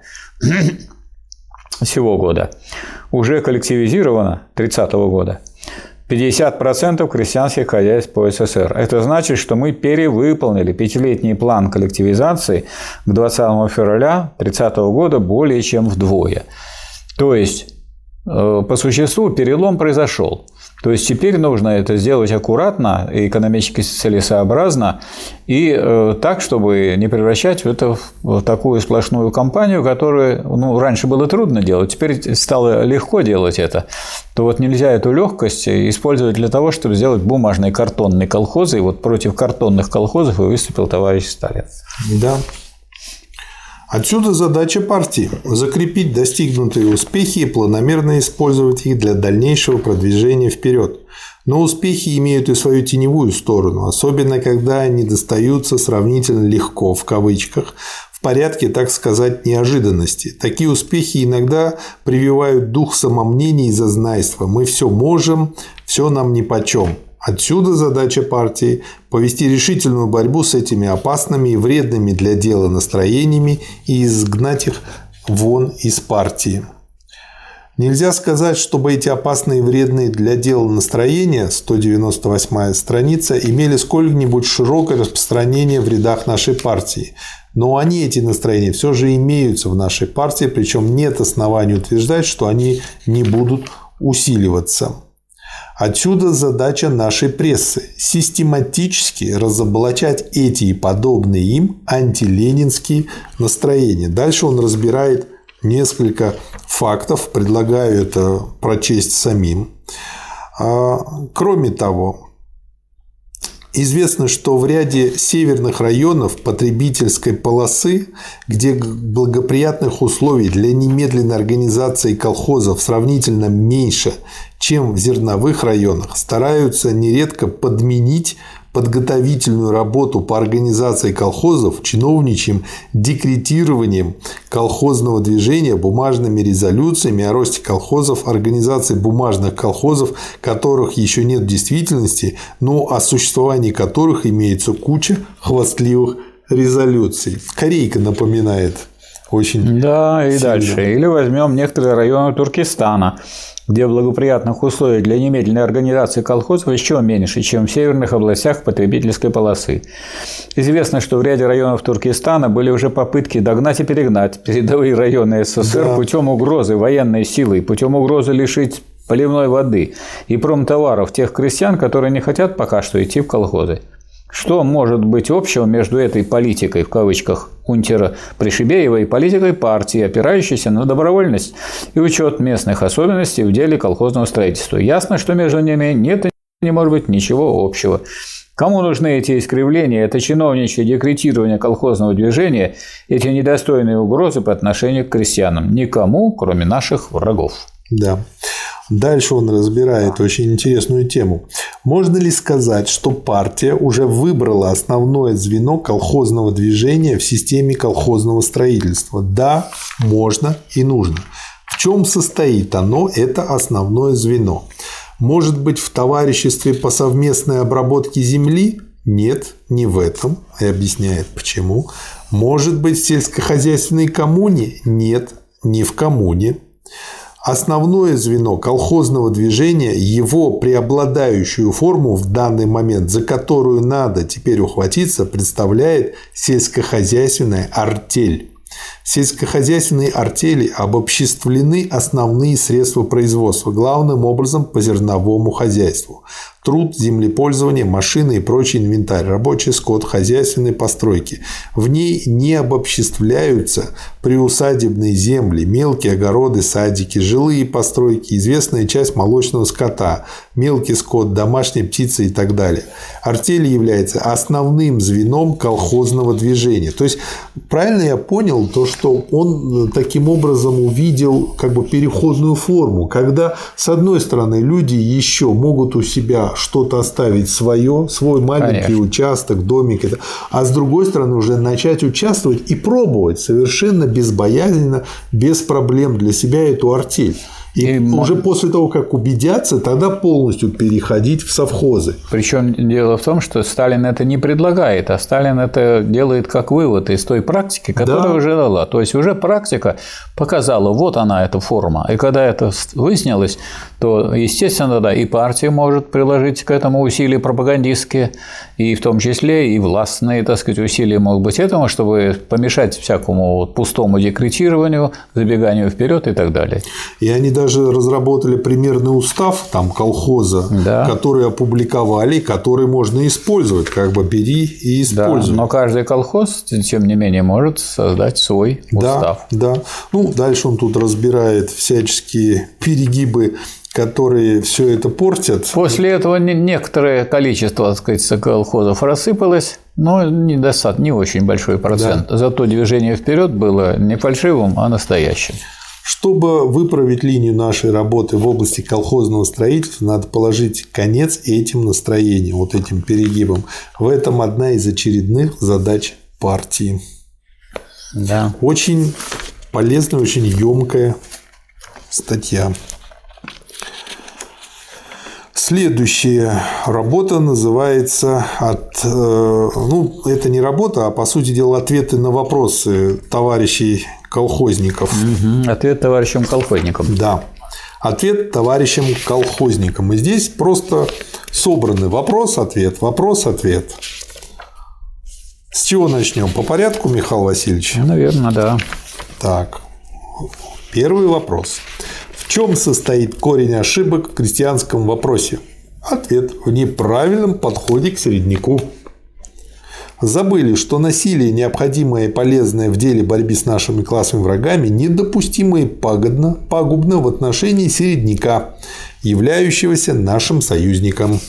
сего года уже коллективизировано, тридцатого года, пятьдесят процентов крестьянских хозяйств по СССР. Это значит, что мы перевыполнили пятилетний план коллективизации к двадцатому февраля тридцатого года более чем вдвое. То есть, по существу, перелом произошел. То есть теперь нужно это сделать аккуратно, экономически целесообразно и э, так, чтобы не превращать это в такую сплошную кампанию, которую ну, раньше было трудно делать, теперь стало легко делать это. То вот нельзя эту легкость использовать для того, чтобы сделать бумажные картонные колхозы. И вот против картонных колхозов и выступил товарищ Сталин. Да. Отсюда задача партии – закрепить достигнутые успехи и планомерно использовать их для дальнейшего продвижения вперед. Но успехи имеют и свою теневую сторону, особенно когда они достаются сравнительно легко, в кавычках, в порядке, так сказать, неожиданности. Такие успехи иногда прививают дух самомнения и зазнайства. Мы все можем, все нам нипочем. Отсюда задача партии – повести решительную борьбу с этими опасными и вредными для дела настроениями и изгнать их вон из партии. Нельзя сказать, чтобы эти опасные и вредные для дела настроения, сто девяносто восьмая страница, имели сколько-нибудь широкое распространение в рядах нашей партии. Но они, эти настроения, все же имеются в нашей партии, причем нет оснований утверждать, что они не будут усиливаться. Отсюда задача нашей прессы – систематически разоблачать эти и подобные им антиленинские настроения. Дальше он разбирает несколько фактов, предлагаю это прочесть самим. Кроме того, известно, что в ряде северных районов потребительской полосы, где благоприятных условий для немедленной организации колхозов сравнительно меньше, чем в зерновых районах, стараются нередко подменить подготовительную работу по организации колхозов чиновничьим декретированием колхозного движения, бумажными резолюциями о росте колхозов, организации бумажных колхозов, которых еще нет в действительности, но о существовании которых имеется куча хвастливых резолюций. Корейка напоминает очень Да, и сильно. дальше. Или возьмем некоторые районы Туркестана, где благоприятных условий для немедленной организации колхозов еще меньше, чем в северных областях потребительской полосы. Известно, что в ряде районов Туркестана были уже попытки догнать и перегнать передовые районы СССР да. путем угрозы военной силой, путем угрозы лишить поливной воды и промтоваров тех крестьян, которые не хотят пока что идти в колхозы. Что может быть общего между этой политикой, в кавычках, унтера Пришибеева и политикой партии, опирающейся на добровольность и учет местных особенностей в деле колхозного строительства? Ясно, что между ними нет и не может быть ничего общего. Кому нужны эти искривления, это чиновничье декретирование колхозного движения, эти недостойные угрозы по отношению к крестьянам? Никому, кроме наших врагов. Да. Дальше он разбирает очень интересную тему. Можно ли сказать, что партия уже выбрала основное звено колхозного движения в системе колхозного строительства? Да, можно и нужно. В чем состоит оно, это основное звено? Может быть, в товариществе по совместной обработке земли? Нет, не в этом. И объясняет, почему. Может быть, в сельскохозяйственной коммуне? Нет, не в коммуне. Основное звено колхозного движения, его преобладающую форму в данный момент, за которую надо теперь ухватиться, представляет сельскохозяйственная артель. В сельскохозяйственной артели обобществлены основные средства производства, главным образом по зерновому хозяйству. Труд, землепользование, машины и прочий инвентарь, рабочий скот, хозяйственные постройки. В ней не обобществляются приусадебные земли, мелкие огороды, садики, жилые постройки, известная часть молочного скота, мелкий скот, домашняя птица и так далее. Артель является основным звеном колхозного движения. То есть, правильно я понял то, что он таким образом увидел как бы переходную форму, когда, с одной стороны, люди еще могут у себя что-то оставить свое, свой маленький Конечно. Участок, домик, а с другой стороны уже начать участвовать и пробовать совершенно безбоязненно, без проблем для себя эту артель. И, и уже м... после того, как убедятся, тогда полностью переходить в совхозы. Причем дело в том, что Сталин это не предлагает, а Сталин это делает как вывод из той практики, которая да. уже дала. То есть уже практика показала, вот она эта форма. И когда это выяснилось, то, естественно, да, и партия может приложить к этому усилия пропагандистские, и в том числе и властные, так сказать, усилия могут быть этому, чтобы помешать всякому пустому декретированию, забеганию вперед и так далее. И они даже разработали примерный устав там, колхоза, да. который опубликовали, который можно использовать, как бы бери и используй. Да, но каждый колхоз, тем не менее, может создать свой устав. Да, да. Ну, дальше он тут разбирает всяческие перегибы, которые все это портят. После этого некоторое количество, так сказать, колхозов рассыпалось, но недостаточно, не очень большой процент. Да. Зато движение вперед было не фальшивым, а настоящим. Чтобы выправить линию нашей работы в области колхозного строительства, надо положить конец этим настроениям, вот этим перегибам. В этом одна из очередных задач партии. Да. Очень полезная, очень емкая статья. Следующая работа называется от, ну, это не работа, а по сути дела ответы на вопросы товарищей колхозников. Угу. Ответ товарищам колхозникам. Да. Ответ товарищам колхозникам. И здесь просто собраны вопрос-ответ, вопрос-ответ. С чего начнем? По порядку, Михаил Васильевич? Наверное, да. Так. Первый вопрос. В чем состоит корень ошибок в крестьянском вопросе? Ответ. В неправильном подходе к середняку. Забыли, что насилие, необходимое и полезное в деле борьбы с нашими классовыми врагами, недопустимо и пагубно, пагубно в отношении середняка, являющегося нашим союзником.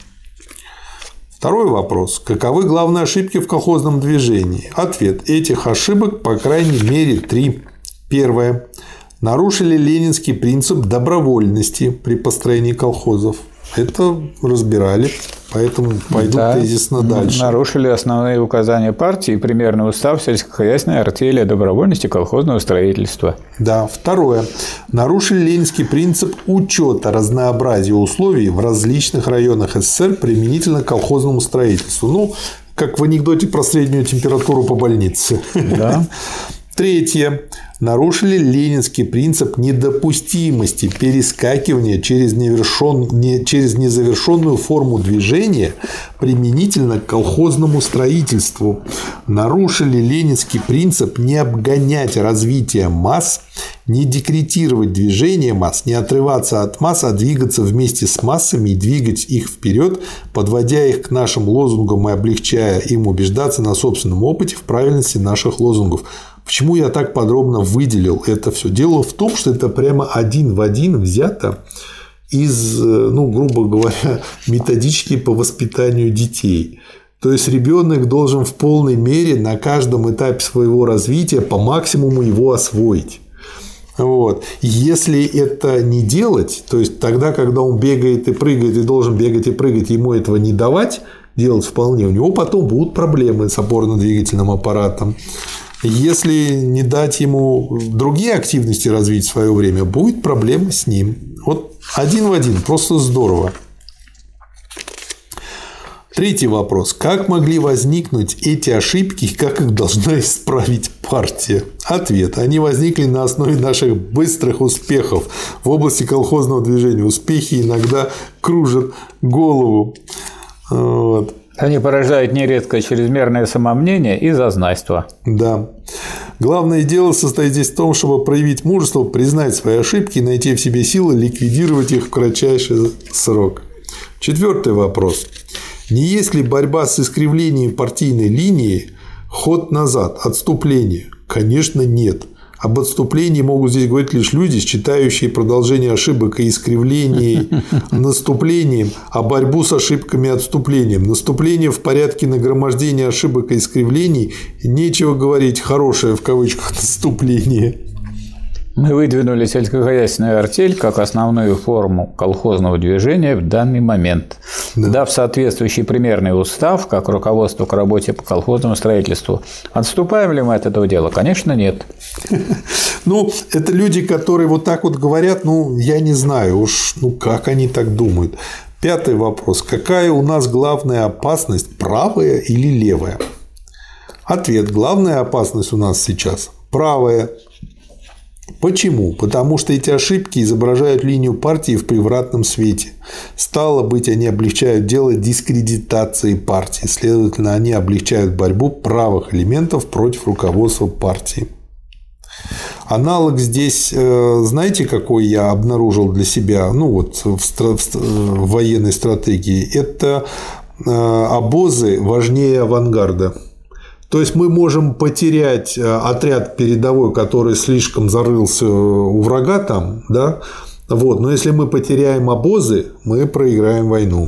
Второй вопрос. Каковы главные ошибки в колхозном движении? Ответ. Этих ошибок по крайней мере три. Первое. Нарушили ленинский принцип добровольности при построении колхозов. Это разбирали, поэтому пойду да, тезисно дальше. Нарушили основные указания партии и примерный устав сельскохозяйственной артели о добровольности колхозного строительства. Да. Второе. Нарушили ленинский принцип учета разнообразия условий в различных районах СССР применительно к колхозному строительству. Ну, как в анекдоте про среднюю температуру по больнице. Да. Третье. Нарушили ленинский принцип недопустимости перескакивания через, невершен... не... через незавершенную форму движения применительно к колхозному строительству. Нарушили ленинский принцип не обгонять развитие масс, не декретировать движение масс, не отрываться от масс, а двигаться вместе с массами и двигать их вперед, подводя их к нашим лозунгам и облегчая им убеждаться на собственном опыте в правильности наших лозунгов. Почему я так подробно выделил это все? Дело в том, что это прямо один в один взято из, ну, грубо говоря, методички по воспитанию детей. То есть ребенок должен в полной мере на каждом этапе своего развития по максимуму его освоить. Вот. Если это не делать, то есть тогда, когда он бегает и прыгает и должен бегать и прыгать, ему этого не давать делать вполне, у него потом будут проблемы с опорно-двигательным аппаратом. Если не дать ему другие активности развить в свое время, будет проблема с ним. Вот один в один, просто здорово. Третий вопрос. Как могли возникнуть эти ошибки и как их должна исправить партия? Ответ. Они возникли на основе наших быстрых успехов в области колхозного движения. Успехи иногда кружат голову. Вот. Они порождают нередко чрезмерное самомнение и зазнайство. Да. Главное дело состоит здесь в том, чтобы проявить мужество, признать свои ошибки, найти в себе силы, ликвидировать их в кратчайший срок. Четвертый вопрос. Не есть ли борьба с искривлением партийной линии ход назад, отступление? Конечно, нет. Об отступлении могут здесь говорить лишь люди, считающие продолжение ошибок и искривлений наступлением, а борьбу с ошибками отступлением. Наступление в порядке нагромождения ошибок и искривлений – нечего говорить «хорошее» в кавычках наступление. Мы выдвинули сельскохозяйственную артель как основную форму колхозного движения в данный момент, да. Дав соответствующий примерный устав как руководство к работе по колхозному строительству. Отступаем ли мы от этого дела? Конечно, нет. Ну, это люди, которые вот так вот говорят, ну, я не знаю уж, ну, как они так думают. Пятый вопрос. Какая у нас главная опасность, правая или левая? Ответ. Главная опасность у нас сейчас правая. Почему? Потому что эти ошибки изображают линию партии в превратном свете. Стало быть, они облегчают дело дискредитации партии. Следовательно, они облегчают борьбу правых элементов против руководства партии. Аналог здесь, знаете, какой я обнаружил для себя, ну вот в, стра- в военной стратегии? Это обозы важнее авангарда. То есть мы можем потерять отряд передовой, который слишком зарылся у врага там, да, вот, но если мы потеряем обозы, мы проиграем войну.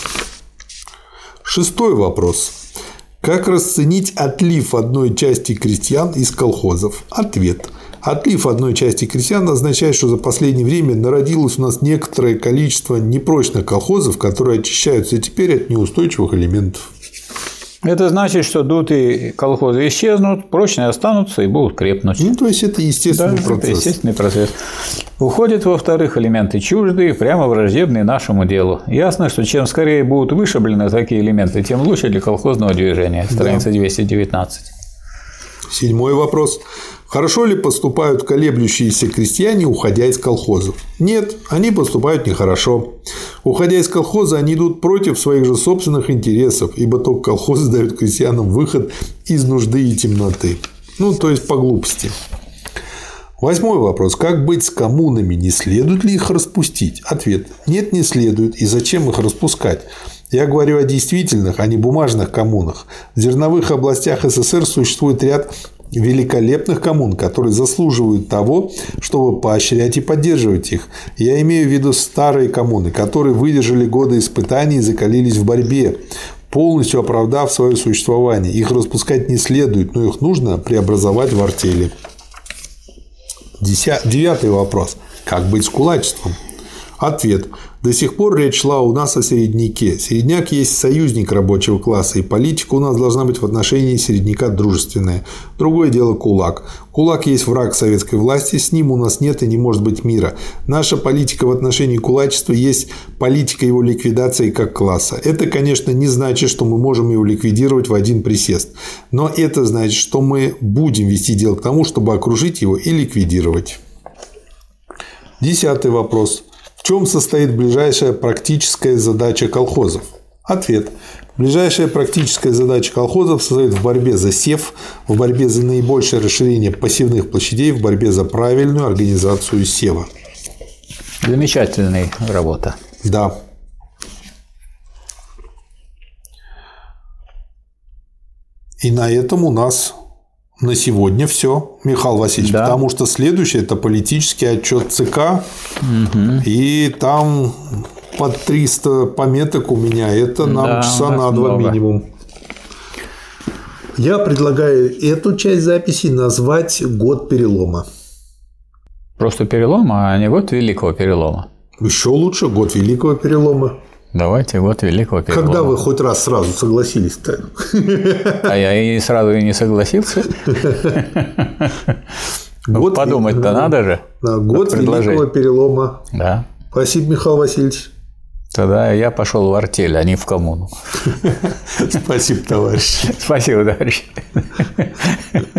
Шестой вопрос. Как расценить отлив одной части крестьян из колхозов? Ответ. Отлив одной части крестьян означает, что за последнее время народилось у нас некоторое количество непрочных колхозов, которые очищаются теперь от неустойчивых элементов. Это значит, что дутые колхозы исчезнут, прочные останутся и будут крепнуть. Ну, то есть, это естественный да, процесс. Это естественный процесс. Уходят, во-вторых, элементы чуждые, прямо враждебные нашему делу. Ясно, что чем скорее будут вышиблены такие элементы, тем лучше для колхозного движения. Страница да. двести девятнадцать. Седьмой вопрос. Хорошо ли поступают колеблющиеся крестьяне, уходя из колхозов? Нет, они поступают нехорошо. Уходя из колхоза, они идут против своих же собственных интересов, ибо только колхозы дают крестьянам выход из нужды и темноты. Ну, то есть, по глупости. Восьмой вопрос. Как быть с коммунами? Не следует ли их распустить? Ответ. Нет, не следует. И зачем их распускать? Я говорю о действительных, а не бумажных коммунах. В зерновых областях СССР существует ряд великолепных коммун, которые заслуживают того, чтобы поощрять и поддерживать их. Я имею в виду старые коммуны, которые выдержали годы испытаний и закалились в борьбе, полностью оправдав свое существование. Их распускать не следует, но их нужно преобразовать в артели. Девятый вопрос. Как быть с кулачеством? Ответ. До сих пор речь шла у нас о середняке. Середняк есть союзник рабочего класса, и политика у нас должна быть в отношении середняка дружественная. Другое дело кулак. Кулак есть враг советской власти, с ним у нас нет и не может быть мира. Наша политика в отношении кулачества есть политика его ликвидации как класса. Это, конечно, не значит, что мы можем его ликвидировать в один присест. Но это значит, что мы будем вести дело к тому, чтобы окружить его и ликвидировать. Десятый вопрос. В чем состоит ближайшая практическая задача колхозов? Ответ. Ближайшая практическая задача колхозов состоит в борьбе за сев, в борьбе за наибольшее расширение посевных площадей, в борьбе за правильную организацию сева. Замечательная работа. Да. И на этом у нас на сегодня все, Михаил Васильевич, да. Потому что следующее – это политический отчет ЦК, угу. И там под триста пометок у меня, это нам да, часа на два много. Минимум. Я предлагаю эту часть записи назвать «Год перелома». Просто перелома, а не год великого перелома. Еще лучше «Год великого перелома». Давайте год великого перелома. Когда вы хоть раз сразу согласились-то? А я и сразу и не согласился. Год Подумать-то вел... надо же. Да, год великого перелома. Да. Спасибо, Михаил Васильевич. Тогда я пошел в артель, а не в коммуну. Спасибо, товарищ. Спасибо, товарищ.